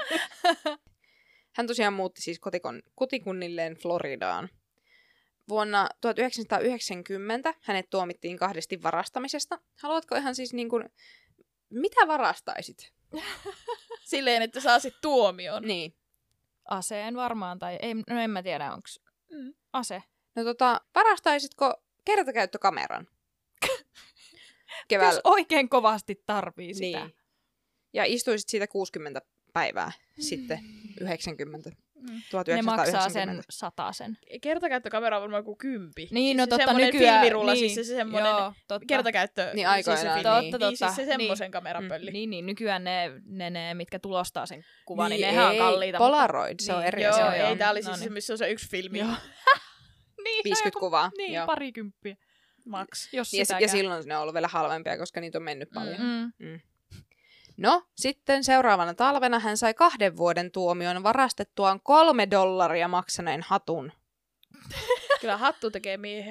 Hän tosiaan muutti siis kotikon, kotikunnilleen Floridaan. Vuonna tuhatyhdeksänsataayhdeksänkymmentä hänet tuomittiin kahdesti varastamisesta. Haluatko ihan siis niin kuin, mitä varastaisit? Silleen, että saa sit tuomion. Niin. Aseen varmaan, tai ei, no en mä tiedä, onks Mm. ase. No tota, varastaisitko kertakäyttökameran? Keväällä. Jos oikein kovasti tarvii sitä. Niin. Ja istuisit siitä kuusikymmentä päivää sitten yhdeksänkymmentä. Mm. Ne maksaa tuhatyhdeksänsataayhdeksänkymmentä. sen satasen. Kertakäyttökamera on varmaan kuin kymppi. Niin, no siis totta, se semmonen nykyään- filmirulla, niin, siis se, se semmonen joo, totta. kertakäyttö. Niin, aikoinaan, siis se, niin. niin, Totta, niin, siis totta. se semmoisen kameran Mm. pölli. Niin, niin, nykyään ne, ne, ne mitkä tulostaa sen kuvan, niin, Niin, nehän on ei, kalliita. Polaroid, se on Niin, eri Joo, asia. ei, joo. tää oli No siis se, niin. missä on se yksi filmi. Joo. niin, viisikymmentä kuvaa. Niin, Joo. parikymppiä. Max. Jos Ja, sitäkään. ja silloin ne on ollut vielä halvempia, koska niitä on mennyt paljon. Mm. Mm. No, sitten seuraavana talvena hän sai kahden vuoden tuomion varastettuaan kolme dollaria maksaneen hatun. Kyllä hattu tekee miehen.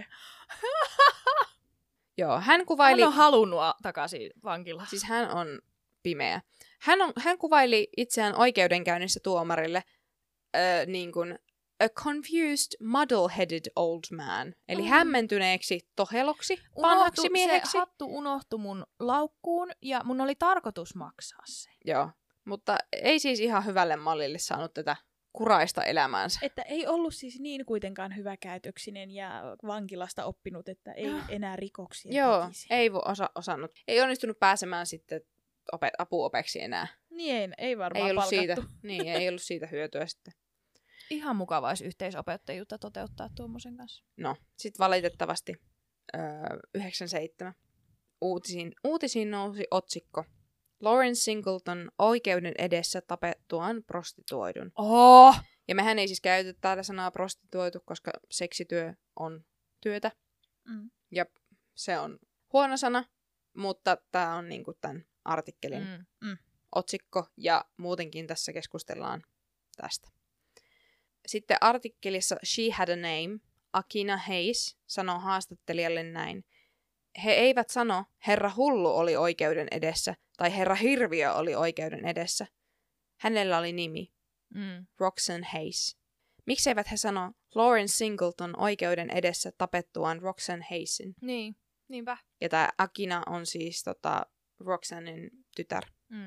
Joo, hän kuvaili... Hän on halunnut takaisin vankilaan. Siis hän on pimeä. Hän, on, hän kuvaili itseään oikeudenkäynnissä tuomarille äh, niin kuin a confused, muddle-headed old man. Eli Mm. hämmentyneeksi toheloksi, vanhaksi Unohtu, mieheksi. se hattu unohtui mun laukkuun ja mun oli tarkoitus maksaa se. Joo, mutta ei siis ihan hyvälle mallille saanut tätä kuraista elämäänsä. Että ei ollut siis niin kuitenkaan hyväkäytöksinen ja vankilasta oppinut, että ei enää rikoksia Joo, tekisi. ei vo- osa- osannut. Ei onnistunut pääsemään sitten ope- apuopeksi enää. Niin, ei, ei varmaan Ei ollut, palkattu. siitä, niin, ei ollut siitä hyötyä sitten. Ihan mukava olisi yhteisopettajuutta toteuttaa tuommoisen kanssa. No, sitten valitettavasti öö, yhdeksänkymmentäseitsemän uutisiin, uutisiin nousi otsikko Lawrence Singleton oikeuden edessä tapettuaan prostituoidun. Oh! Ja mehän ei siis käytetä täällä sanaa prostituoitu, koska seksityö on työtä. Mm. Ja se on huono sana, mutta tämä on niinku tämän artikkelin Mm. otsikko ja muutenkin tässä keskustellaan tästä. Sitten artikkelissa She Had a Name, Akina Hayes sanoo haastattelijalle näin. He eivät sano, herra hullu oli oikeuden edessä tai herra hirviö oli oikeuden edessä. Hänellä oli nimi, Mm. Roxanne Hayes. Mikseivät he sano Lawrence Singleton oikeuden edessä tapettuaan Roxanne Hayesin? Niin, niinpä. Ja tämä Akina on siis tota, Roxannen tytär. Mm.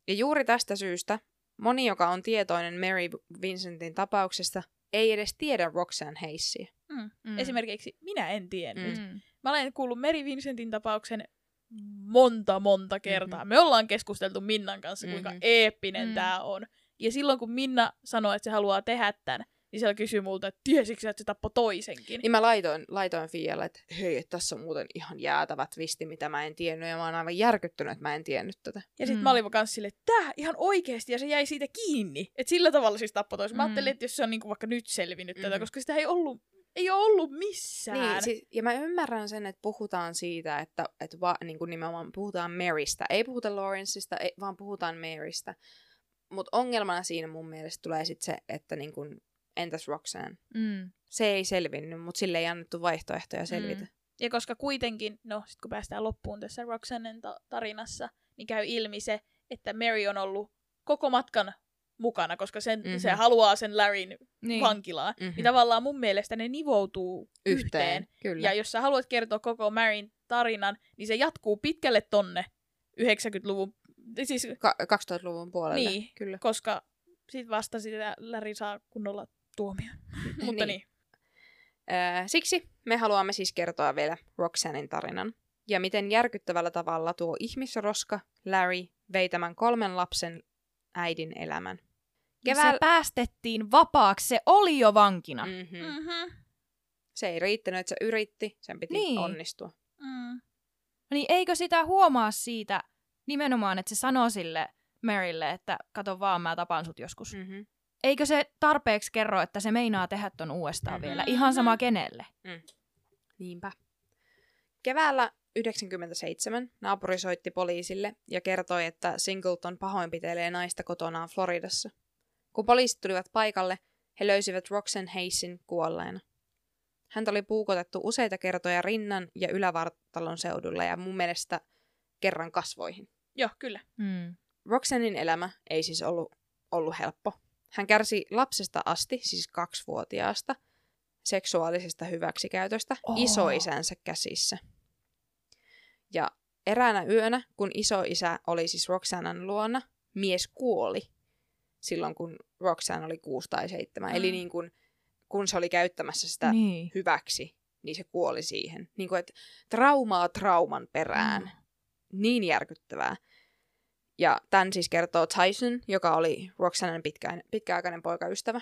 Ja juuri tästä syystä moni, joka on tietoinen Mary Vincentin tapauksesta, ei edes tiedä Roxanne Hayesia. Mm. Mm. Esimerkiksi minä en tiennyt. Mm. Mä olen kuullut Mary Vincentin tapauksen monta, monta kertaa. Mm-hmm. Me ollaan keskusteltu Minnan kanssa, kuinka Mm-hmm. eeppinen Mm. tää on. Ja silloin, kun Minna sanoi, että se haluaa tehdä tämän, niin se kysyi multa, että tiesitkö sä, että se tappoi toisenkin? Niin mä laitoin, laitoin Fialle, että hei, että tässä on muuten ihan jäätävä twisti, mitä mä en tiennyt, ja mä oon aivan järkyttynyt, että mä en tiennyt tätä. Ja sit Mm. mä olin kans silleen, että tää ihan oikeesti, ja se jäi siitä kiinni. Että sillä tavalla siis tappoi toisen. Mä Mm. ajattelin, että jos se on niinku vaikka nyt selvinnyt tätä, Mhm. koska sitä ei ollut, ei ole ollut missään. Niin, siis, ja mä ymmärrän sen, että puhutaan siitä, että, että va, niin kuin nimenomaan puhutaan Marystä. Ei puhuta Lawrenceista, ei, vaan puhutaan Marystä. Mutta ongelmana siinä mun mielestä tulee sitten se, että niin kuin, entäs Roxanne? Mm. Se ei selvinnyt, mutta sille ei annettu vaihtoehtoja selvitä. Mm. Ja koska kuitenkin, no sit kun päästään loppuun tässä Roxannen ta- tarinassa, niin käy ilmi se, että Mary on ollut koko matkan mukana, koska sen, Mhm. se haluaa sen Larryn Niin. vankilaan. Mhm. Niin tavallaan mun mielestä ne nivoutuu yhteen. Yhteen, kyllä. Ja jos sä haluat kertoa koko Maryn tarinan, niin se jatkuu pitkälle tonne yhdeksänkymmentäluvun, siis, Ka- kaksituhattaluvun puolelle, Niin. kyllä. koska sit vasta sitä Larry saa kunnolla tuomion. Mutta niin. Öö, siksi me haluamme siis kertoa vielä Roxannen tarinan. Ja miten järkyttävällä tavalla tuo ihmisroska Larry vei tämän kolmen lapsen äidin elämän. Ja Keväällä- se päästettiin vapaaksi, se oli jo vankina. Mm. Mm-hmm. Mm-hmm. Se ei riittänyt, että se yritti, sen piti Niin. onnistua. Mm. Niin eikö sitä huomaa siitä nimenomaan, että se sanoo sille Marylle, että kato vaan, mä tapan sut joskus. Mm. Mm-hmm. Eikö se tarpeeksi kerro, että se meinaa tehdä ton uudestaan Mhm. vielä? Ihan sama kenelle. Niinpä. Keväällä yhdeksänkymmentäseitsemän naapuri soitti poliisille ja kertoi, että Singleton pahoinpitelee naista kotonaan Floridassa. Kun poliisit tulivat paikalle, he löysivät Roxanne Hayesin kuolleena. Häntä oli puukotettu useita kertoja rinnan ja ylävartalon seudulla ja mun mielestä kerran kasvoihin. Joo, kyllä. Mm. Roxannin elämä ei siis ollut, ollut helppo. Hän kärsi lapsesta asti, siis kaksivuotiaasta, seksuaalisesta hyväksikäytöstä Oh. isoisänsä käsissä. Ja eräänä yönä, kun isoisä oli siis Roxannan luona, mies kuoli silloin, kun Roxanne oli kuusi tai seitsemän. Mm. Eli niin kun, kun se oli käyttämässä sitä Niin. hyväksi, niin se kuoli siihen. Niin kuin, että traumaa trauman perään. Mm. Niin järkyttävää. Ja tämän siis kertoo Tyson, joka oli Roxannen pitkä, pitkäaikainen poikaystävä.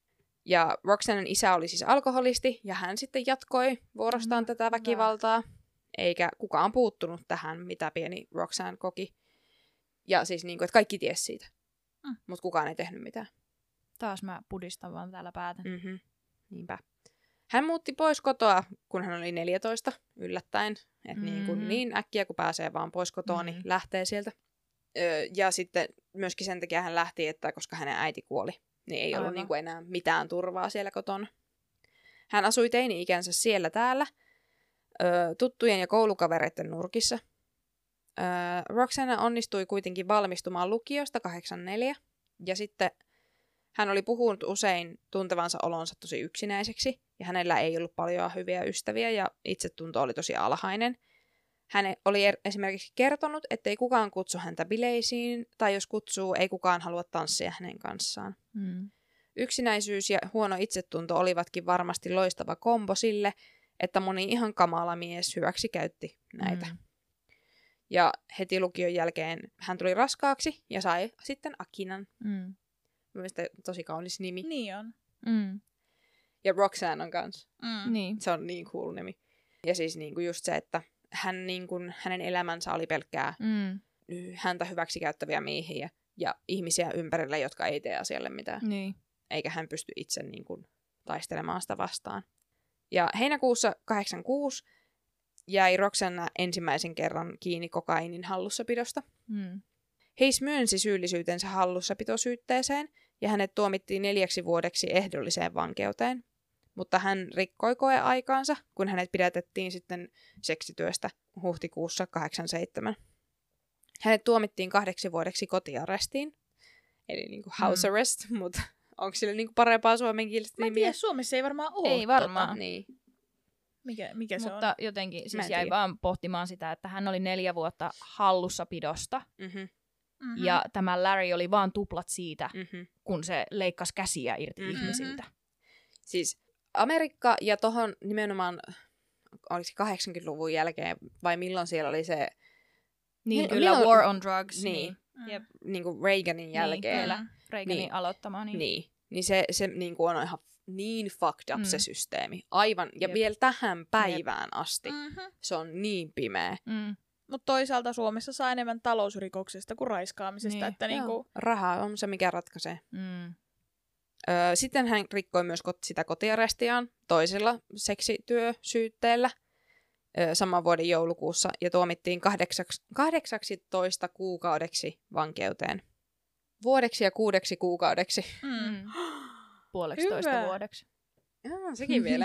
Ja Roxannen isä oli siis alkoholisti, ja hän sitten jatkoi vuorostaan No, tätä hyvä. väkivaltaa. Eikä kukaan puuttunut tähän, mitä pieni Roxanne koki. Ja siis niin kuin, että kaikki tiesi siitä. Mm. Mutta kukaan ei tehnyt mitään. Taas mä pudistan vaan täällä päätä. Mm-hmm. Niinpä. Hän muutti pois kotoa, kun hän oli neljätoista, yllättäen. Että niin, kuin Mhm. niin äkkiä, kun pääsee vaan pois kotoa, niin Mhm. lähtee sieltä. Öö, ja sitten myöskin sen takia hän lähti, että koska hänen äiti kuoli, niin ei ollut Aivan. niin kuin enää mitään turvaa siellä kotona. Hän asui teini-ikänsä siellä täällä, öö, tuttujen ja koulukavereiden nurkissa. Öö, Roxanne onnistui kuitenkin valmistumaan lukiosta kahdeksankymmentäneljä, ja sitten hän oli puhunut usein tuntevansa olonsa tosi yksinäiseksi, ja hänellä ei ollut paljon hyviä ystäviä, ja itsetunto oli tosi alhainen. Hän oli er- esimerkiksi kertonut, ettei kukaan kutsu häntä bileisiin, tai jos kutsuu, ei kukaan halua tanssia hänen kanssaan. Mm. Yksinäisyys ja huono itsetunto olivatkin varmasti loistava kombo sille, että moni ihan kamala mies hyväksi käytti näitä. Mm. Ja heti lukion jälkeen hän tuli raskaaksi ja sai sitten Akinan. Mm. Mielestäni tosi kaunis nimi. Niin on. Mm. Ja Roxanne on kans. Mm. Niin. Se on niin cool nimi. Ja siis niinku just se, että hän niinku, hänen elämänsä oli pelkkää Mm. häntä hyväksikäyttäviä miehiä ja ihmisiä ympärillä, jotka ei tee asialle mitään. Niin. Eikä hän pysty itse niinku taistelemaan sitä vastaan. Ja heinäkuussa kahdeksankymmentäkuusi jäi Roxanne ensimmäisen kerran kiinni kokainin hallussapidosta. Mm. Hayes myönsi syyllisyytensä hallussapitosyytteeseen ja hänet tuomittiin neljäksi vuodeksi ehdolliseen vankeuteen. Mutta hän rikkoi koeaikaansa, kun hänet pidätettiin sitten seksityöstä huhtikuussa kahdeksankymmentäseitsemän. Hänet tuomittiin kahdeksi vuodeksi kotiarestiin, eli niin kuin house Mm. arrest, mutta onko sillä niin kuin parempaa suomenkielistä Mä en nimiä? tiedä, Suomessa ei varmaan ole. Ei varmaan. Niin. Mikä, mikä se Mutta on? jotenkin Mä siis en jäi tiedä. vaan pohtimaan sitä, että hän oli neljä vuotta hallussapidosta. Mm-hmm. Mm-hmm. Ja tämä Larry oli vaan tuplat siitä, Mm-hmm. kun se leikkasi käsiä irti Mm-hmm. ihmisiltä. Siis Amerikka ja tohon nimenomaan, oliko se kahdeksankymmentäluvun jälkeen, vai milloin siellä oli se, Niin, Mil- kyllä milloin- War on Drugs. Niin. Niin, Mm. Jep. niin kuin Reaganin jälkeen. Niin, kyllä. Mm. Reaganin Niin. aloittama. Niin. Niin, niin se, se niin kuin on ihan niin fucked up Mm. se systeemi. Aivan, ja Jep. vielä tähän päivään asti. Mm-hmm. Se on niin pimeä. Mm. Mutta toisaalta Suomessa saa enemmän talousrikoksesta kuin raiskaamisesta. Niin. Että niinku, Raha on se, mikä ratkaisee. Mm. Öö, sitten hän rikkoi myös kot- sitä kotiarestiaan toisella seksityösyytteellä öö, saman vuoden joulukuussa ja tuomittiin kahdeksaks- kahdeksaksitoista kuukaudeksi vankeuteen. Vuodeksi ja kuudeksi kuukaudeksi. mm. Mm. Puoleksi toista Hyvä. vuodeksi. Jaa, sekin vielä.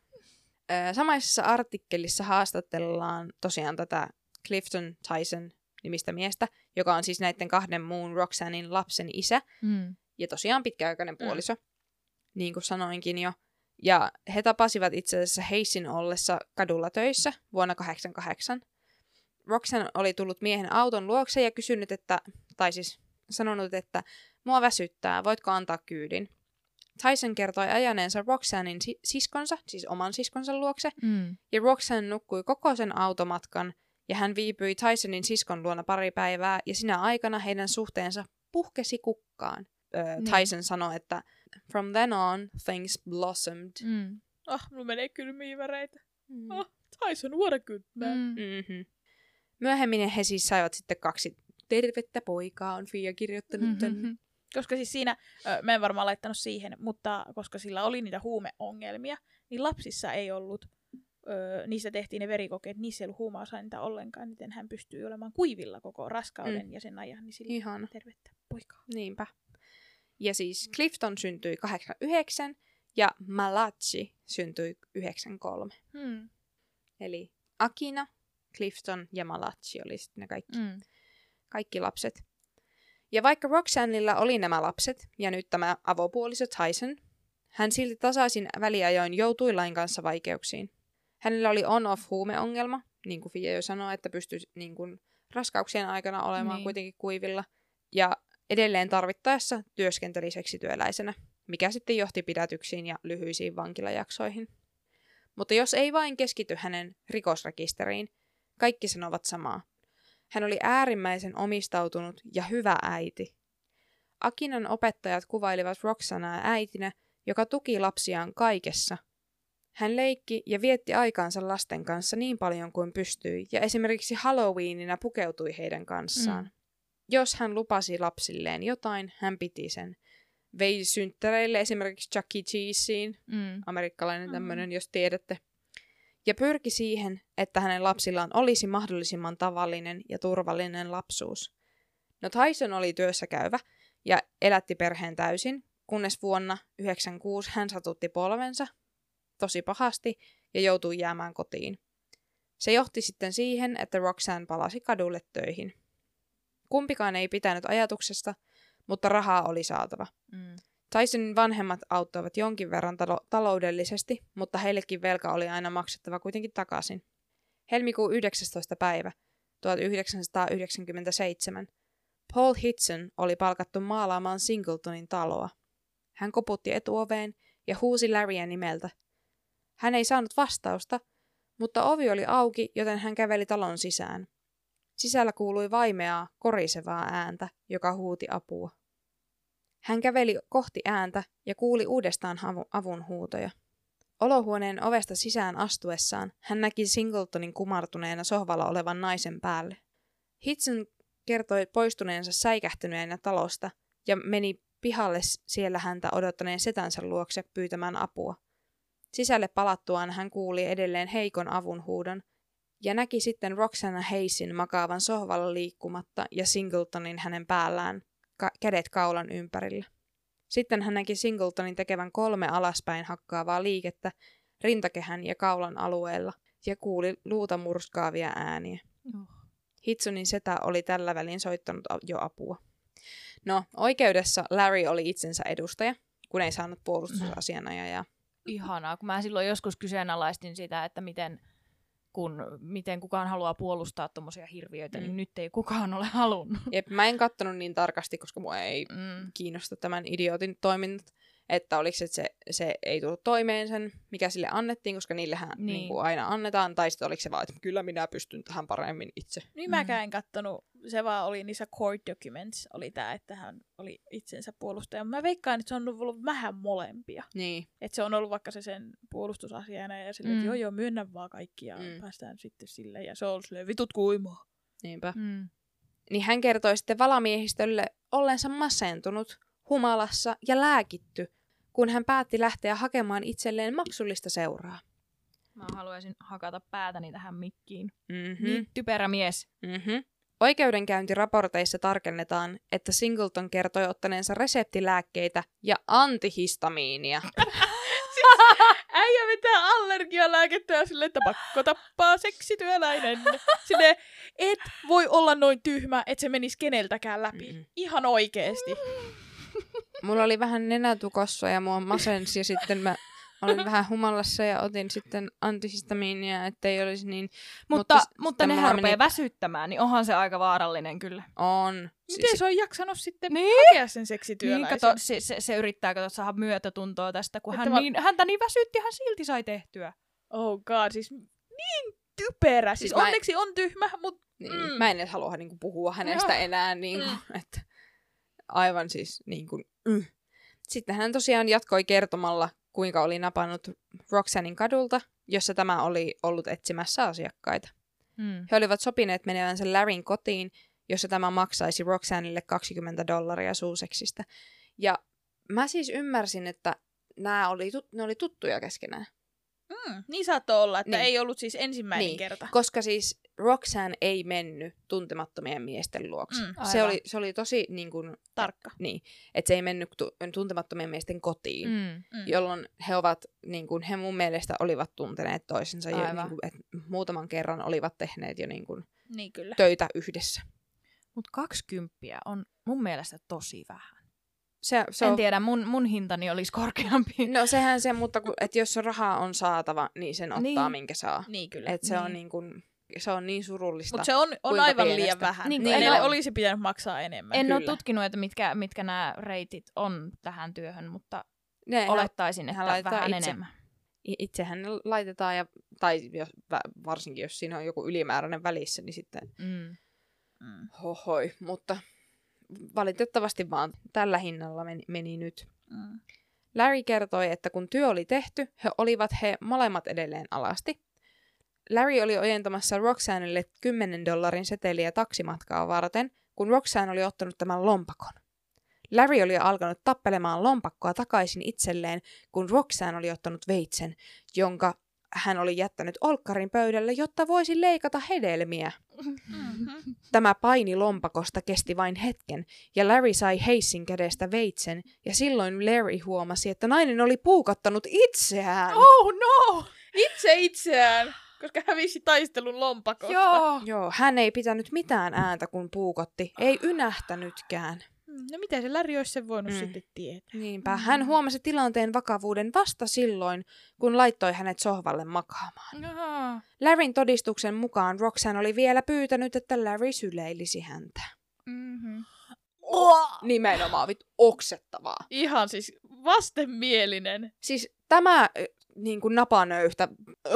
Öö, samaisessa artikkelissa haastatellaan tosiaan tätä Clifton Tyson nimistä miestä, joka on siis näiden kahden muun Roxannin lapsen isä. Mm. Ja tosiaan pitkäaikainen puoliso, mm. niin kuin sanoinkin jo. Ja he tapasivat itse asiassa Hayesin ollessa kadulla töissä vuonna kahdeksankymmentäkahdeksan. Roxanne oli tullut miehen auton luokse ja kysynyt, että, tai siis sanonut, että mua väsyttää, voitko antaa kyydin. Tyson kertoi ajaneensa Roxannin si- siskonsa, siis oman siskonsa luokse, Mm. ja Roxanne nukkui koko sen automatkan, ja hän viipyi Tysonin siskon luona pari päivää, ja sinä aikana heidän suhteensa puhkesi kukkaan. Öö, Niin. Tyson sanoi, että from then on, things blossomed. Mm. Ah, mulla menee kylmiä väreitä. Mm. Ah, Tyson, what a good man. Mm. Mm-hmm. Myöhemmin he siis saivat sitten kaksi tervettä poikaa, on Fia kirjoittanut tänne. Mm-hmm. Koska siis siinä, ö, mä en varmaan laittanut siihen, mutta koska sillä oli niitä huumeongelmia, niin lapsissa ei ollut, ö, niissä tehtiin ne verikokeet, niissä ei ollut huumausaineita ollenkaan, miten hän pystyy olemaan kuivilla koko raskauden Mm. ja sen ajan, niin sillä Ihana. tervettä poikaa. Niinpä. Ja siis Clifton syntyi kahdeksankymmentäyhdeksän ja Malachi syntyi yhdeksänkymmentäkolme. Hmm. Eli Akina, Clifton ja Malachi oli sitten ne kaikki, Mm. kaikki lapset. Ja vaikka Roxannella oli nämä lapset ja nyt tämä avopuoliso Tyson, hän silti tasaisin väliajoin joutui lain kanssa vaikeuksiin. Hänellä oli on-off huumeongelma, niin kuin Fia jo sanoi, että pystyi niin kuin raskauksien aikana olemaan Niin. kuitenkin kuivilla. Ja edelleen tarvittaessa työskenteli seksityöläisenä, mikä sitten johti pidätyksiin ja lyhyisiin vankilajaksoihin. Mutta jos ei vain keskity hänen rikosrekisteriin, kaikki sanovat samaa. Hän oli äärimmäisen omistautunut ja hyvä äiti. Akinan opettajat kuvailivat Roxanaa äitinä, joka tuki lapsiaan kaikessa. Hän leikki ja vietti aikaansa lasten kanssa niin paljon kuin pystyi ja esimerkiksi Halloweenina pukeutui heidän kanssaan. Mm. Jos hän lupasi lapsilleen jotain, hän piti sen. Vei synttäreille esimerkiksi Chuck E. Cheeseen, Mm. amerikkalainen Mm. tämmöinen, jos tiedätte. Ja pyrki siihen, että hänen lapsillaan olisi mahdollisimman tavallinen ja turvallinen lapsuus. No Tyson oli työssä käyvä ja elätti perheen täysin, kunnes vuonna yhdeksänkymmentäkuusi hän satutti polvensa tosi pahasti ja joutui jäämään kotiin. Se johti sitten siihen, että Roxanne palasi kadulle töihin. Kumpikaan ei pitänyt ajatuksesta, mutta rahaa oli saatava. Mm. Tysonin vanhemmat auttoivat jonkin verran talo- taloudellisesti, mutta heillekin velka oli aina maksettava kuitenkin takaisin. Helmikuun yhdeksästoista päivä tuhatyhdeksänsataayhdeksänkymmentäseitsemän Paul Hitson oli palkattu maalaamaan Singletonin taloa. Hän koputti etuoveen ja huusi Larrya nimeltä. Hän ei saanut vastausta, mutta ovi oli auki, joten hän käveli talon sisään. Sisällä kuului vaimeaa, korisevaa ääntä, joka huuti apua. Hän käveli kohti ääntä ja kuuli uudestaan havu- avun huutoja. Olohuoneen ovesta sisään astuessaan hän näki Singletonin kumartuneena sohvalla olevan naisen päälle. Hitson kertoi poistuneensa säikähtyneenä talosta ja meni pihalle siellä häntä odottaneen setänsä luokse pyytämään apua. Sisälle palattuaan hän kuuli edelleen heikon avunhuudon ja näki sitten Roxana Hayesin makaavan sohvalla liikkumatta ja Singletonin hänen päällään, ka- kädet kaulan ympärillä. Sitten hän näki Singletonin tekevän kolme alaspäin hakkaavaa liikettä rintakehän ja kaulan alueella ja kuuli luuta murskaavia ääniä. Oh. Hitsonin setä oli tällä välin soittanut jo apua. No, oikeudessa Larry oli itsensä edustaja, kun ei saanut puolustusasianajajaa. Ihanaa, kun mä silloin joskus kyseenalaistin sitä, että miten kun miten kukaan haluaa puolustaa tommosia hirviöitä, Mm. niin nyt ei kukaan ole halunnut. Jep, mä en kattonut niin tarkasti, koska mua ei Mm. kiinnosta tämän idiotin toiminnat. Että oliko se, että se, se ei tullut toimeen sen, mikä sille annettiin, koska niillehän Niin. niin kuin aina annetaan. Tai sitten oliko se vaan, että kyllä minä pystyn tähän paremmin itse. Niin Mm. mäkään en kattonut, se vaan oli niissä court documents, oli tää, että hän oli itsensä puolustaja. Mä veikkaan, että se on ollut vähän molempia. Niin. Että se on ollut vaikka se sen puolustusasiana ja silleen, Mm. että joo joo, myönnä vaan kaikki ja Mm. päästään sitten sille. Ja se on silleen, vitut kuimaa. Niinpä. Mm. Niin hän kertoi sitten valamiehistölle ollensa masentunut, humalassa ja lääkitty, kun hän päätti lähteä hakemaan itselleen maksullista seuraa. Mä haluaisin hakata päätäni tähän mikkiin. Mm-hmm. Niin typerä mies. Mm-hmm. Oikeudenkäyntiraporteissa tarkennetaan, että Singleton kertoi ottaneensa reseptilääkkeitä ja antihistamiinia. Äijä vetää allergialääkettä ja silleen, että pakko tappaa seksityöläinen. Silleen, et voi olla noin tyhmä, että se menisi keneltäkään läpi. Mm-mm. Ihan oikeesti. Mulla oli vähän nenätukossa ja mua masensi ja sitten mä olin vähän humalassa ja otin sitten antihistamiinia, ettei olisi niin... Mutta, Mutta mutta, mutta sitten nehän mulla rupeaa meni- väsyttämään, niin onhan se aika vaarallinen kyllä. On. Miten se on jaksanut sitten Niin. hakea sen Niin, seksityöläisen? kato, se, se, se yrittää kato, saada myötätuntoa tästä, kun Että hän mä- niin, häntä niin väsytti, hän silti sai tehtyä. Oh god, siis niin typerä. Siis, Siis siis mä en- onneksi on tyhmä, mutta Niin, Mm. Mä en edes halua niinku puhua hänestä Joo. enää. Niinku, Mm. että aivan siis niinku, mm. Sitten hän tosiaan jatkoi kertomalla, kuinka oli napannut Roxannin kadulta, jossa tämä oli ollut etsimässä asiakkaita. Mm. He olivat sopineet menevänsä Larryn kotiin, jossa tämä maksaisi Roxannille kaksikymmentä dollaria suuseksistä. Ja mä siis ymmärsin, että nämä oli, tut- ne oli tuttuja keskenään. mm, niin saattoi olla, että Niin. ei ollut siis ensimmäinen Niin. kerta. Koska siis Roxanne ei mennyt tuntemattomien miesten luokse. Mm. Se, Aivan. oli, se oli tosi niin kuin, Tarkka. niin, että se ei mennyt tu- tuntemattomien miesten kotiin. Mm. Mm. Mm. Jolloin he ovat, niin kuin, he mun mielestä olivat tunteneet toisensa jo, Aivan. niin kuin, että muutaman kerran olivat tehneet jo niin kuin, Niin kyllä. töitä yhdessä. Mutta kaksikymppiä on mun mielestä tosi vähän. Se, se En on, tiedä, mun, mun hintani olisi korkeampi. no sehän se, mutta kun, että jos rahaa on saatava, niin sen ottaa Niin. minkä saa. Niin kyllä. Et se, Niin. on niin kuin, se on niin surullista. Mutta se on, on kuinka aivan pienestä. liian vähän. Niin, Niin, en Niille ole- olisi pitänyt maksaa enemmän. En ole Kyllä. tutkinut, että mitkä, mitkä nämä reitit on tähän työhön, mutta ne, olettaisin, nehän että laitetaan vähän itse. enemmän. I- Itsehän ne laitetaan, ja, tai jos, vä- varsinkin jos siinä on joku ylimääräinen välissä, niin sitten Mm. Mm. hohoi. Mutta valitettavasti vaan tällä hinnalla meni, meni nyt. Mm. Larry kertoi, että kun työ oli tehty, he olivat he molemmat edelleen alasti. Larry oli ojentamassa Roxannelle kymmenen dollarin seteliä taksimatkaa varten, kun Roxanne oli ottanut tämän lompakon. Larry oli alkanut tappelemaan lompakkoa takaisin itselleen, kun Roxanne oli ottanut veitsen, jonka hän oli jättänyt olkkarin pöydälle, jotta voisi leikata hedelmiä. Mm-hmm. Tämä paini lompakosta kesti vain hetken, ja Larry sai Heissin kädestä veitsen, ja silloin Larry huomasi, että nainen oli puukottanut itseään. Oh no! Itse itseään, koska hävisi taistelun lompakosta. Joo! Joo, hän ei pitänyt mitään ääntä, kun puukotti, ei ynähtänytkään. Mm, No miten se Larry olisi sen voinut Mm. sitten tietää? Niinpä, hän huomasi tilanteen vakavuuden vasta silloin, kun laittoi hänet sohvalle makaamaan. Jaa. Larryn todistuksen mukaan Roxanne oli vielä pyytänyt, että Larry syleilisi häntä. Mm-hmm. Nimenomaan, vittu, oksettavaa. Ihan siis vastenmielinen. Siis tämä äh, niin kuin napanöyhtä,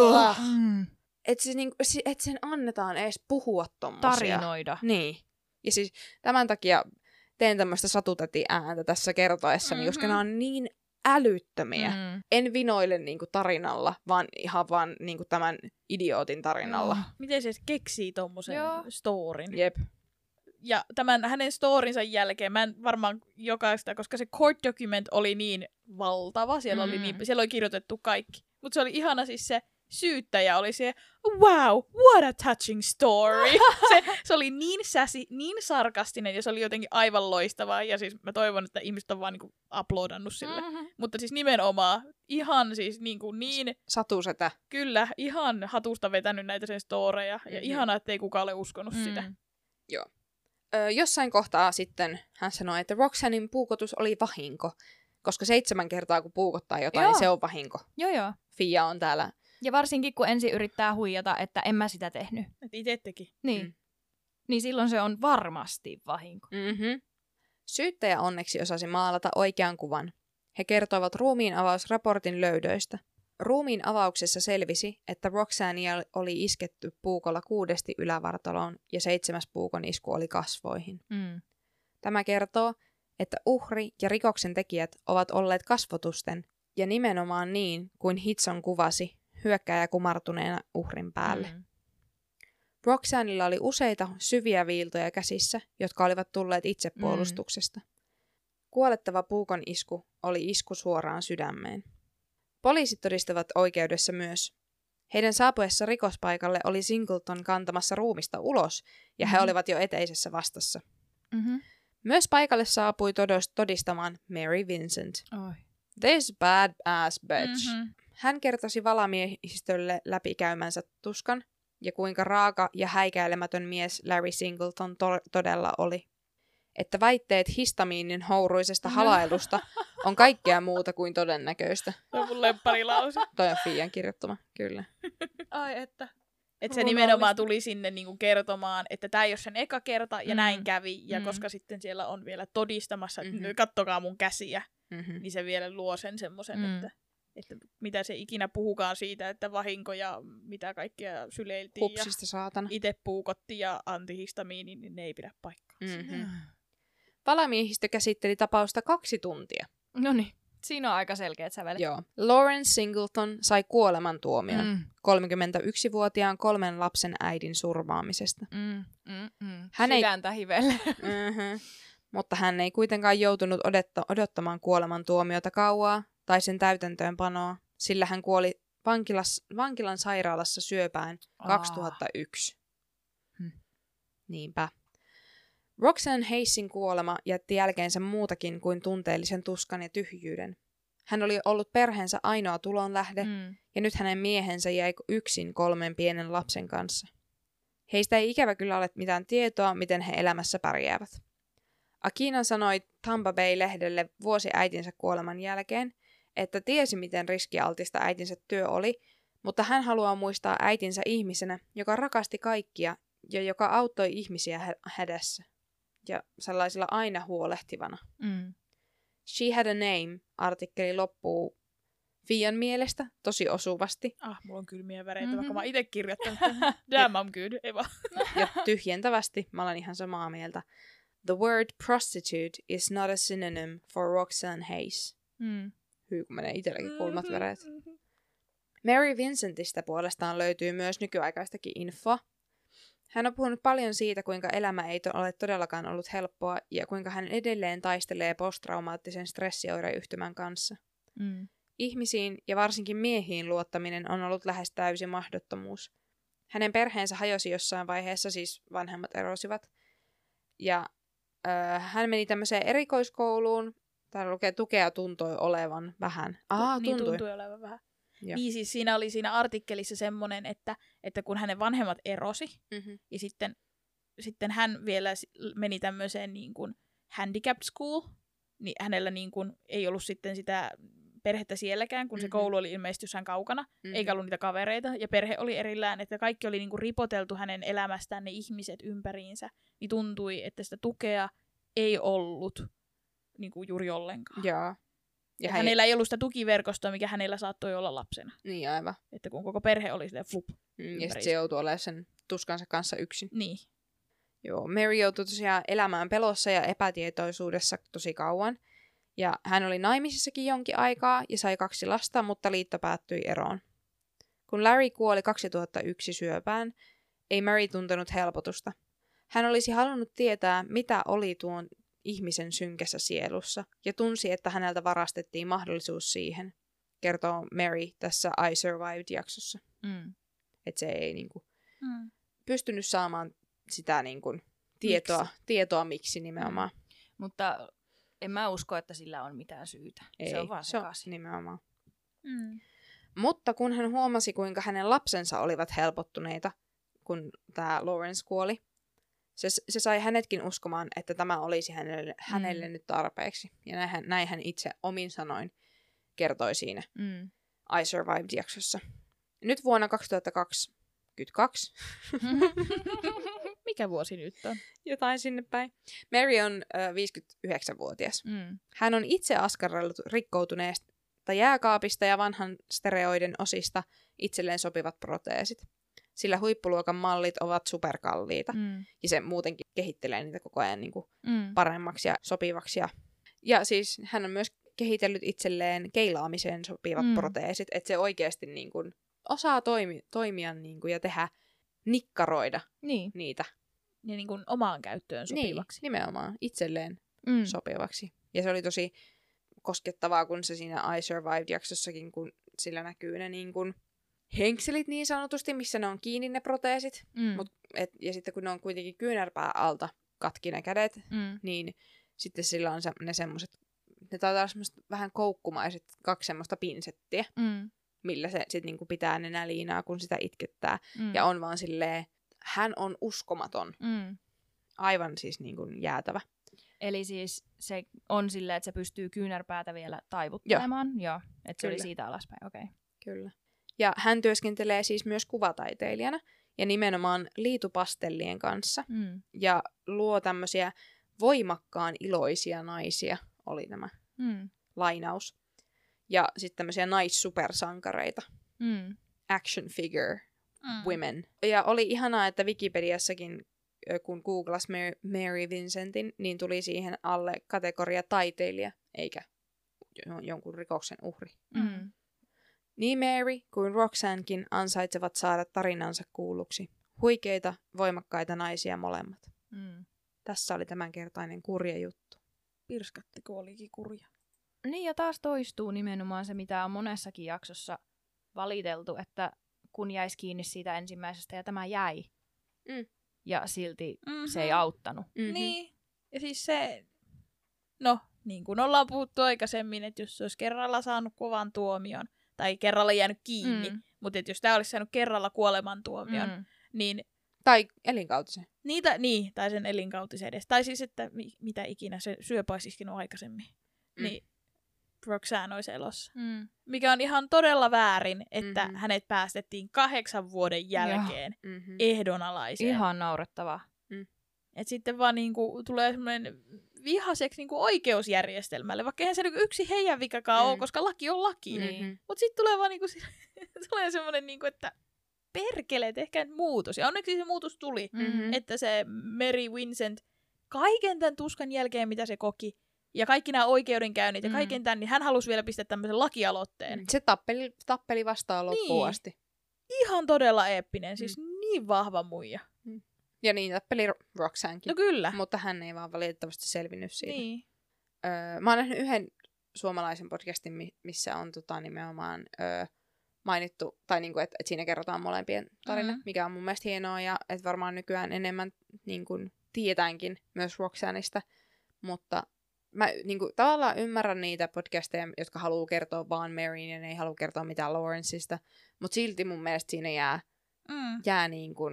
Mm. että se, niin, et sen annetaan edes puhua tommosia. Tarinoida. Niin. Ja siis tämän takia teen tämmöistä satutäti-ääntä tässä kertoessani, Mhm. koska nämä on niin älyttömiä. Mm. En vinoile niinku tarinalla, vaan ihan vaan niinku tämän idiootin tarinalla. Joo. Miten se keksii tommosen Joo. storin? Jep. Ja tämän hänen storinsa jälkeen, mä en varmaan jokaista, koska se court document oli niin valtava, siellä, Mm. oli, niin, siellä oli kirjoitettu kaikki. Mutta se oli ihana siis se syyttäjä oli se, wow, what a touching story. se, se oli niin säsi, niin sarkastinen ja se oli jotenkin aivan loistavaa. Ja siis mä toivon, että ihmiset on vaan niinku uploadannut sille. Mm-hmm. Mutta siis nimenomaan ihan siis niinku niin, Satusetä. kyllä, ihan hatusta vetänyt näitä sen storeja. Ja Mhm. ihanaa, että ei kukaan ole uskonut Mm. sitä. Ö, jossain kohtaa sitten hän sanoi, että Roxannin puukotus oli vahinko, koska seitsemän kertaa kun puukottaa jotain, Joo. niin se on vahinko. Joo, joo. Fia on täällä Ja varsinkin, kun ensin yrittää huijata, että en mä sitä tehnyt. Et itse teki. Niin. Mm. Niin silloin se on varmasti vahinko. Mm-hmm. Syyttäjä onneksi osasi maalata oikean kuvan. He kertoivat ruumiin avausraportin löydöistä. Ruumiin avauksessa selvisi, että Roxannea oli isketty puukolla kuudesti ylävartaloon ja seitsemäs puukon isku oli kasvoihin. Mm. Tämä kertoo, että uhri ja rikoksen tekijät ovat olleet kasvotusten ja nimenomaan niin kuin Hitson kuvasi hyökkääjä kumartuneena uhrin päälle. Mm. Roxannella oli useita syviä viiltoja käsissä, jotka olivat tulleet itsepuolustuksesta. Mm. Kuolettava puukon isku oli isku suoraan sydämeen. Poliisit todistavat oikeudessa myös. Heidän saapuessa rikospaikalle oli Singleton kantamassa ruumista ulos, ja he Mm-hmm. olivat jo eteisessä vastassa. Mm-hmm. Myös paikalle saapui todos- todistamaan Mary Vincent. Oi. This bad ass bitch. Mm-hmm. Hän kertosi valamiehistölle läpikäymänsä tuskan, ja kuinka raaka ja häikäilemätön mies Larry Singleton to- todella oli. Että väitteet histamiinin houruisesta halailusta on kaikkea muuta kuin todennäköistä. Se on mun lempparilause. Toi on Fian kirjoittama, kyllä. Ai että. Että se Runollista. nimenomaan tuli sinne niinku kertomaan, että tämä ei ole sen eka kerta, ja Mm. näin kävi. Ja Mm. koska sitten siellä on vielä todistamassa, että Mhm. kattokaa mun käsiä, Mm-hmm. niin se vielä luo sen semmoisen, Mm. että, että mitä se ikinä puhukaan siitä, että vahinko ja mitä kaikkea syleiltiin Hupsista saatana. ja itse puukotti ja antihistamiini, niin ne ei pidä paikkaa. Mm-hmm. Valamiehistö käsitteli tapausta kaksi tuntia. No niin, siinä on aika selkeät sävelet. Joo. Lawrence Singleton sai kuolemantuomion Mm. kolmekymmentäyksivuotiaan kolmen lapsen äidin surmaamisesta. Mm. Mm. Mm. Hän ei- Sydäntä hivelle. Mm-hmm. Mutta hän ei kuitenkaan joutunut odetta- odottamaan kuolemantuomiota kauaa tai sen täytäntöönpanoa, sillä hän kuoli vankilas- vankilan sairaalassa syöpään kaksituhattayksi. Hmm. Niinpä. Roxanne Hayesin kuolema jätti jälkeensä muutakin kuin tunteellisen tuskan ja tyhjyyden. Hän oli ollut perheensä ainoa tulonlähde, Mm. ja nyt hänen miehensä jäi yksin kolmen pienen lapsen kanssa. Heistä ei ikävä kyllä ole mitään tietoa, miten he elämässä pärjäävät. Akina sanoi Tampa Bay-lehdelle vuosi äitinsä kuoleman jälkeen, että tiesi miten riskialtista äitinsä työ oli, mutta hän haluaa muistaa äitinsä ihmisenä, joka rakasti kaikkia ja joka auttoi ihmisiä hä- hädässä. Ja sellaisilla aina huolehtivana. Mm. She Had a Name -artikkeli loppuu Fian mielestä tosi osuvasti Ah, mulla on kylmiä väreitä, Mhm. vaikka mä oon itse kirjoittanut tämän. Damn, I'm good. Ei vaan. ja tyhjentävästi. Mä olen ihan samaa mieltä. The word prostitute is not a synonym for Roxanne Hayes. Mm. Hyy, kun menee itselläkin kulmat Mhm, väreet. mhm. Mary Vincentistä puolestaan löytyy myös nykyaikaistakin infoa. Hän on puhunut paljon siitä, kuinka elämä ei to- ole todellakaan ollut helppoa ja kuinka hän edelleen taistelee posttraumaattisen stressioireyhtymän kanssa. Mm. Ihmisiin ja varsinkin miehiin luottaminen on ollut lähes täysi mahdottomuus. Hänen perheensä hajosi jossain vaiheessa, siis vanhemmat erosivat. Ja öö, hän meni tämmöiseen erikoiskouluun. Täällä lukee tukea tuntui olevan vähän. Aa, Niin tuntui. tuntui olevan vähän. Joo. Niin siis siinä oli siinä artikkelissa semmoinen, että, että kun hänen vanhemmat erosi, Mm-hmm. ja sitten, sitten hän vielä s- meni tämmöiseen niin kuin handicap school, niin hänellä niin kuin ei ollut sitten sitä perhettä sielläkään, kun se Mhm. koulu oli ilmeisesti jossain kaukana, Mm-hmm. eikä ollut niitä kavereita, ja perhe oli erillään, että kaikki oli niin kuin ripoteltu hänen elämästään, ne ihmiset ympäriinsä, niin tuntui, että sitä tukea ei ollut niin kuin juuri ollenkaan. Joo. Ja Ja hän... hänellä ei ollut sitä tukiverkostoa, mikä hänellä saattoi olla lapsena. Niin, aivan. Että kun koko perhe oli sitä flup. Mm, ja sitten Ympäriinsä. se joutuu olemaan sen tuskansa kanssa yksin. Niin. Joo, Mary joutui tosiaan elämään pelossa ja epätietoisuudessa tosi kauan. Ja hän oli naimisissakin jonkin aikaa ja sai kaksi lasta, mutta liitto päättyi eroon. Kun Larry kuoli kaksituhattayksi syöpään, ei Mary tuntenut helpotusta. Hän olisi halunnut tietää, mitä oli tuon ihmisen synkässä sielussa, ja tunsi, että häneltä varastettiin mahdollisuus siihen, kertoo Mary tässä I Survived-jaksossa. Mm. Että se ei niinku Mm. pystynyt saamaan sitä niinku tietoa, Miksi? tietoa miksi nimenomaan. Mutta en mä usko, että sillä on mitään syytä. Ei, se on vaan se on sekaisin. nimenomaan. Mm. Mutta kun hän huomasi, kuinka hänen lapsensa olivat helpottuneita, kun tämä Lawrence kuoli, se, se sai hänetkin uskomaan, että tämä olisi hänelle, hänelle Mm. nyt tarpeeksi. Ja näin hän, näin hän itse omin sanoin kertoi siinä Mm. I Survived-jaksossa. Nyt vuonna kaksituhattakaksikymmentäkaksi, Mikä vuosi nyt on? jotain sinne päin, Mary on ö, viisikymmentäyhdeksänvuotias. Mm. Hän on itse askarrellut rikkoutuneesta jääkaapista ja vanhan stereoiden osista itselleen sopivat proteesit. Sillä huippuluokan mallit ovat superkalliita. Mm. Ja se muutenkin kehittelee niitä koko ajan niin kuin Mm. paremmaksi ja sopivaksi. Ja, ja siis hän on myös kehitellyt itselleen keilaamiseen sopivat Mm. proteesit. Että se oikeasti niin kuin osaa toimi, toimia niin kuin ja tehdä, nikkaroida Niin. niitä. Ja niin kuin omaan käyttöön sopivaksi. Niin, nimenomaan itselleen Mm. sopivaksi. Ja se oli tosi koskettavaa, kun se siinä I Survived-jaksossakin, kun sillä näkyy ne niin kuin henkselit niin sanotusti, missä ne on kiinni ne proteesit. Mm. Mut, et, ja sitten kun ne on kuitenkin kyynärpää alta katki ne kädet, Mm. niin sitten sillä on se, ne semmoset, ne taitaa olla semmoset vähän koukkumaiset kaksi semmoista pinsettiä, Mm. millä se sitten niinku pitää nenäliinaa, kun sitä itkettää. Mm. Ja on vaan silleen, hän on uskomaton. Mm. Aivan siis niinku jäätävä. Eli siis se on silleen, että se pystyy kyynärpäätä vielä taivuttelemaan. Joo. Että se oli Kyllä. siitä alaspäin, okei. Okay. Kyllä. Ja hän työskentelee siis myös kuvataiteilijana ja nimenomaan liitupastellien kanssa. Mm. Ja luo tämmöisiä voimakkaan iloisia naisia, oli tämä Mm. lainaus. Ja sitten tämmöisiä naissupersankareita, Mm. action figure Mm. women. Ja oli ihanaa, että Wikipediassakin, ö, kun googlas Mary, Mary Vincentin, niin tuli siihen alle kategoria taiteilija, eikä jo- jonkun rikoksen uhri. Mm. Niin Mary kuin Roxannekin ansaitsevat saada tarinansa kuulluksi. Huikeita, voimakkaita naisia molemmat. Mm. Tässä oli tämänkertainen kurja juttu. Pirskattiko olikin kurja. Niin ja taas toistuu nimenomaan se, mitä on monessakin jaksossa valiteltu, että kun jäisi kiinni siitä ensimmäisestä ja tämä jäi. Mm. Ja silti Mm-hmm. se ei auttanut. Mm-hmm. Niin. Ja siis se, no niin kuin ollaan puhuttu aikaisemmin, että jos se olisi kerralla saanut kovan tuomion, tai kerralla jäänyt kiinni, Mm. mutta että jos tämä olisi saanut kerralla kuolemantuomion, Mm. niin Tai elinkautisen. niitä, niin, tai sen elinkautisen edes, tai siis, että mi, mitä ikinä se syöpä olisi iskenut aikaisemmin, Mm. niin Roxanne olisi elossa. Mm. Mikä on ihan todella väärin, että Mhm. hänet päästettiin kahdeksan vuoden jälkeen Mm-hmm. ehdonalaiseen. Ihan naurettavaa. Et sitten vaan niinku tulee semmoinen vihaseksi niinku oikeusjärjestelmälle, vaikka eihän se niinku yksi heidän vikakaan Mm. ole, koska laki on laki. Niin. Mm-hmm. Mutta sitten tulee vaan niinku, tulee semmoinen, niinku, että perkele, tehkää nyt muutos. Ja onneksi se muutos tuli, Mm-hmm. että se Mary Vincent kaiken tämän tuskan jälkeen, mitä se koki, ja kaikki nämä oikeudenkäynnit ja Mm. kaiken tämän, niin hän halusi vielä pistää tämmöisen lakialoitteen. Se tappeli, tappeli vastaan loppuun Niin. asti. Ihan todella eeppinen, siis niin vahva muija. Ja niin tappeli Ro- Roxannekin. No kyllä. Mutta hän ei vaan valitettavasti selvinnyt siitä. Niin. Öö, mä oon nähnyt yhden suomalaisen podcastin, mi- missä on tota, nimenomaan öö, mainittu, tai niinku, että et siinä kerrotaan molempien tarina, Mm. mikä on mun mielestä hienoa, ja että varmaan nykyään enemmän niinku, tiedetäänkin myös Roxanneista, mutta mä niinku, tavallaan ymmärrän niitä podcasteja, jotka haluaa kertoa vaan Maryn, ja ne ei halua kertoa mitään Lawrenceista, mutta silti mun mielestä siinä jää, Mm. jää niinku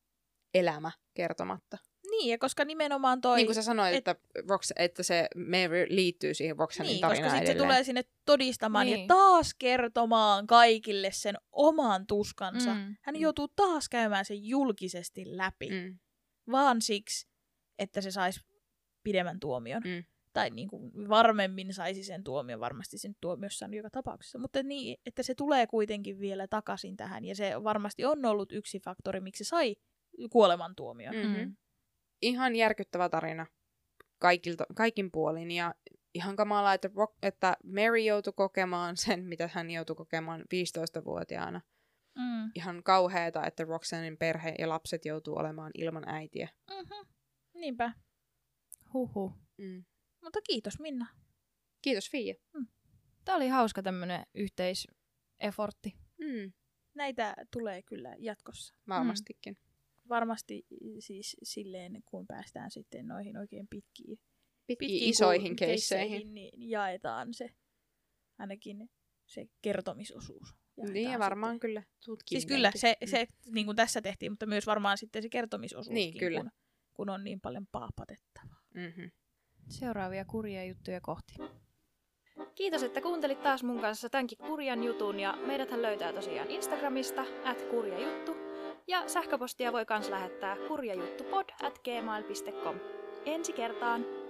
elämä kertomatta. Niin, ja koska nimenomaan toi... Niin kuin sä sanoit, et- että, Rox, että se Mary liittyy siihen Roxannein Niin, tarinaan koska sitten se edelleen. tulee sinne todistamaan Niin. ja taas kertomaan kaikille sen oman tuskansa. Mm. Hän joutuu taas käymään sen julkisesti läpi, Mm. vaan siksi, että se saisi pidemmän tuomion. Mm. Tai niin kuin varmemmin saisi sen tuomion, varmasti sen tuomiossa on joka tapauksessa. Mutta niin, että se tulee kuitenkin vielä takaisin tähän. Ja se varmasti on ollut yksi faktori, miksi se sai kuolemantuomion. Mm-hmm. Mm. Ihan järkyttävä tarina kaikilta, kaikin puolin. Ja ihan kamalaa, että, Rock, että Mary joutui kokemaan sen, mitä hän joutui kokemaan viisitoistavuotiaana. Mm. Ihan kauheata, että Roxannein perhe ja lapset joutuu olemaan ilman äitiä. Mm-hmm. Niinpä. Huhhuh. Mm. Mutta kiitos Minna. Kiitos Fia. Tää oli hauska tämmönen yhteisefortti. Mm. Näitä tulee kyllä jatkossa. Varmastikin. Varmasti siis silleen, kun päästään sitten noihin oikein pitkiin, Pitkiin isoihin ku- keisseihin. niin jaetaan se ainakin se kertomisosuus. Jaetaan Niin ja varmaan sitten. kyllä tutkiminen. Siis kyllä, se, se niin kuin tässä tehtiin, mutta myös varmaan sitten se kertomisosuuskin, Niin, kyllä. kun, kun on niin paljon paapatettavaa. Mm-hmm. Seuraavia kurjia juttuja kohti. Kiitos, että kuuntelit taas mun kanssa tämänkin kurjan jutun, ja meidäthän löytää tosiaan Instagramista, at kurjajuttu, ja sähköpostia voi kans lähettää kurjajuttupod at gmail piste com. Ensi kertaan!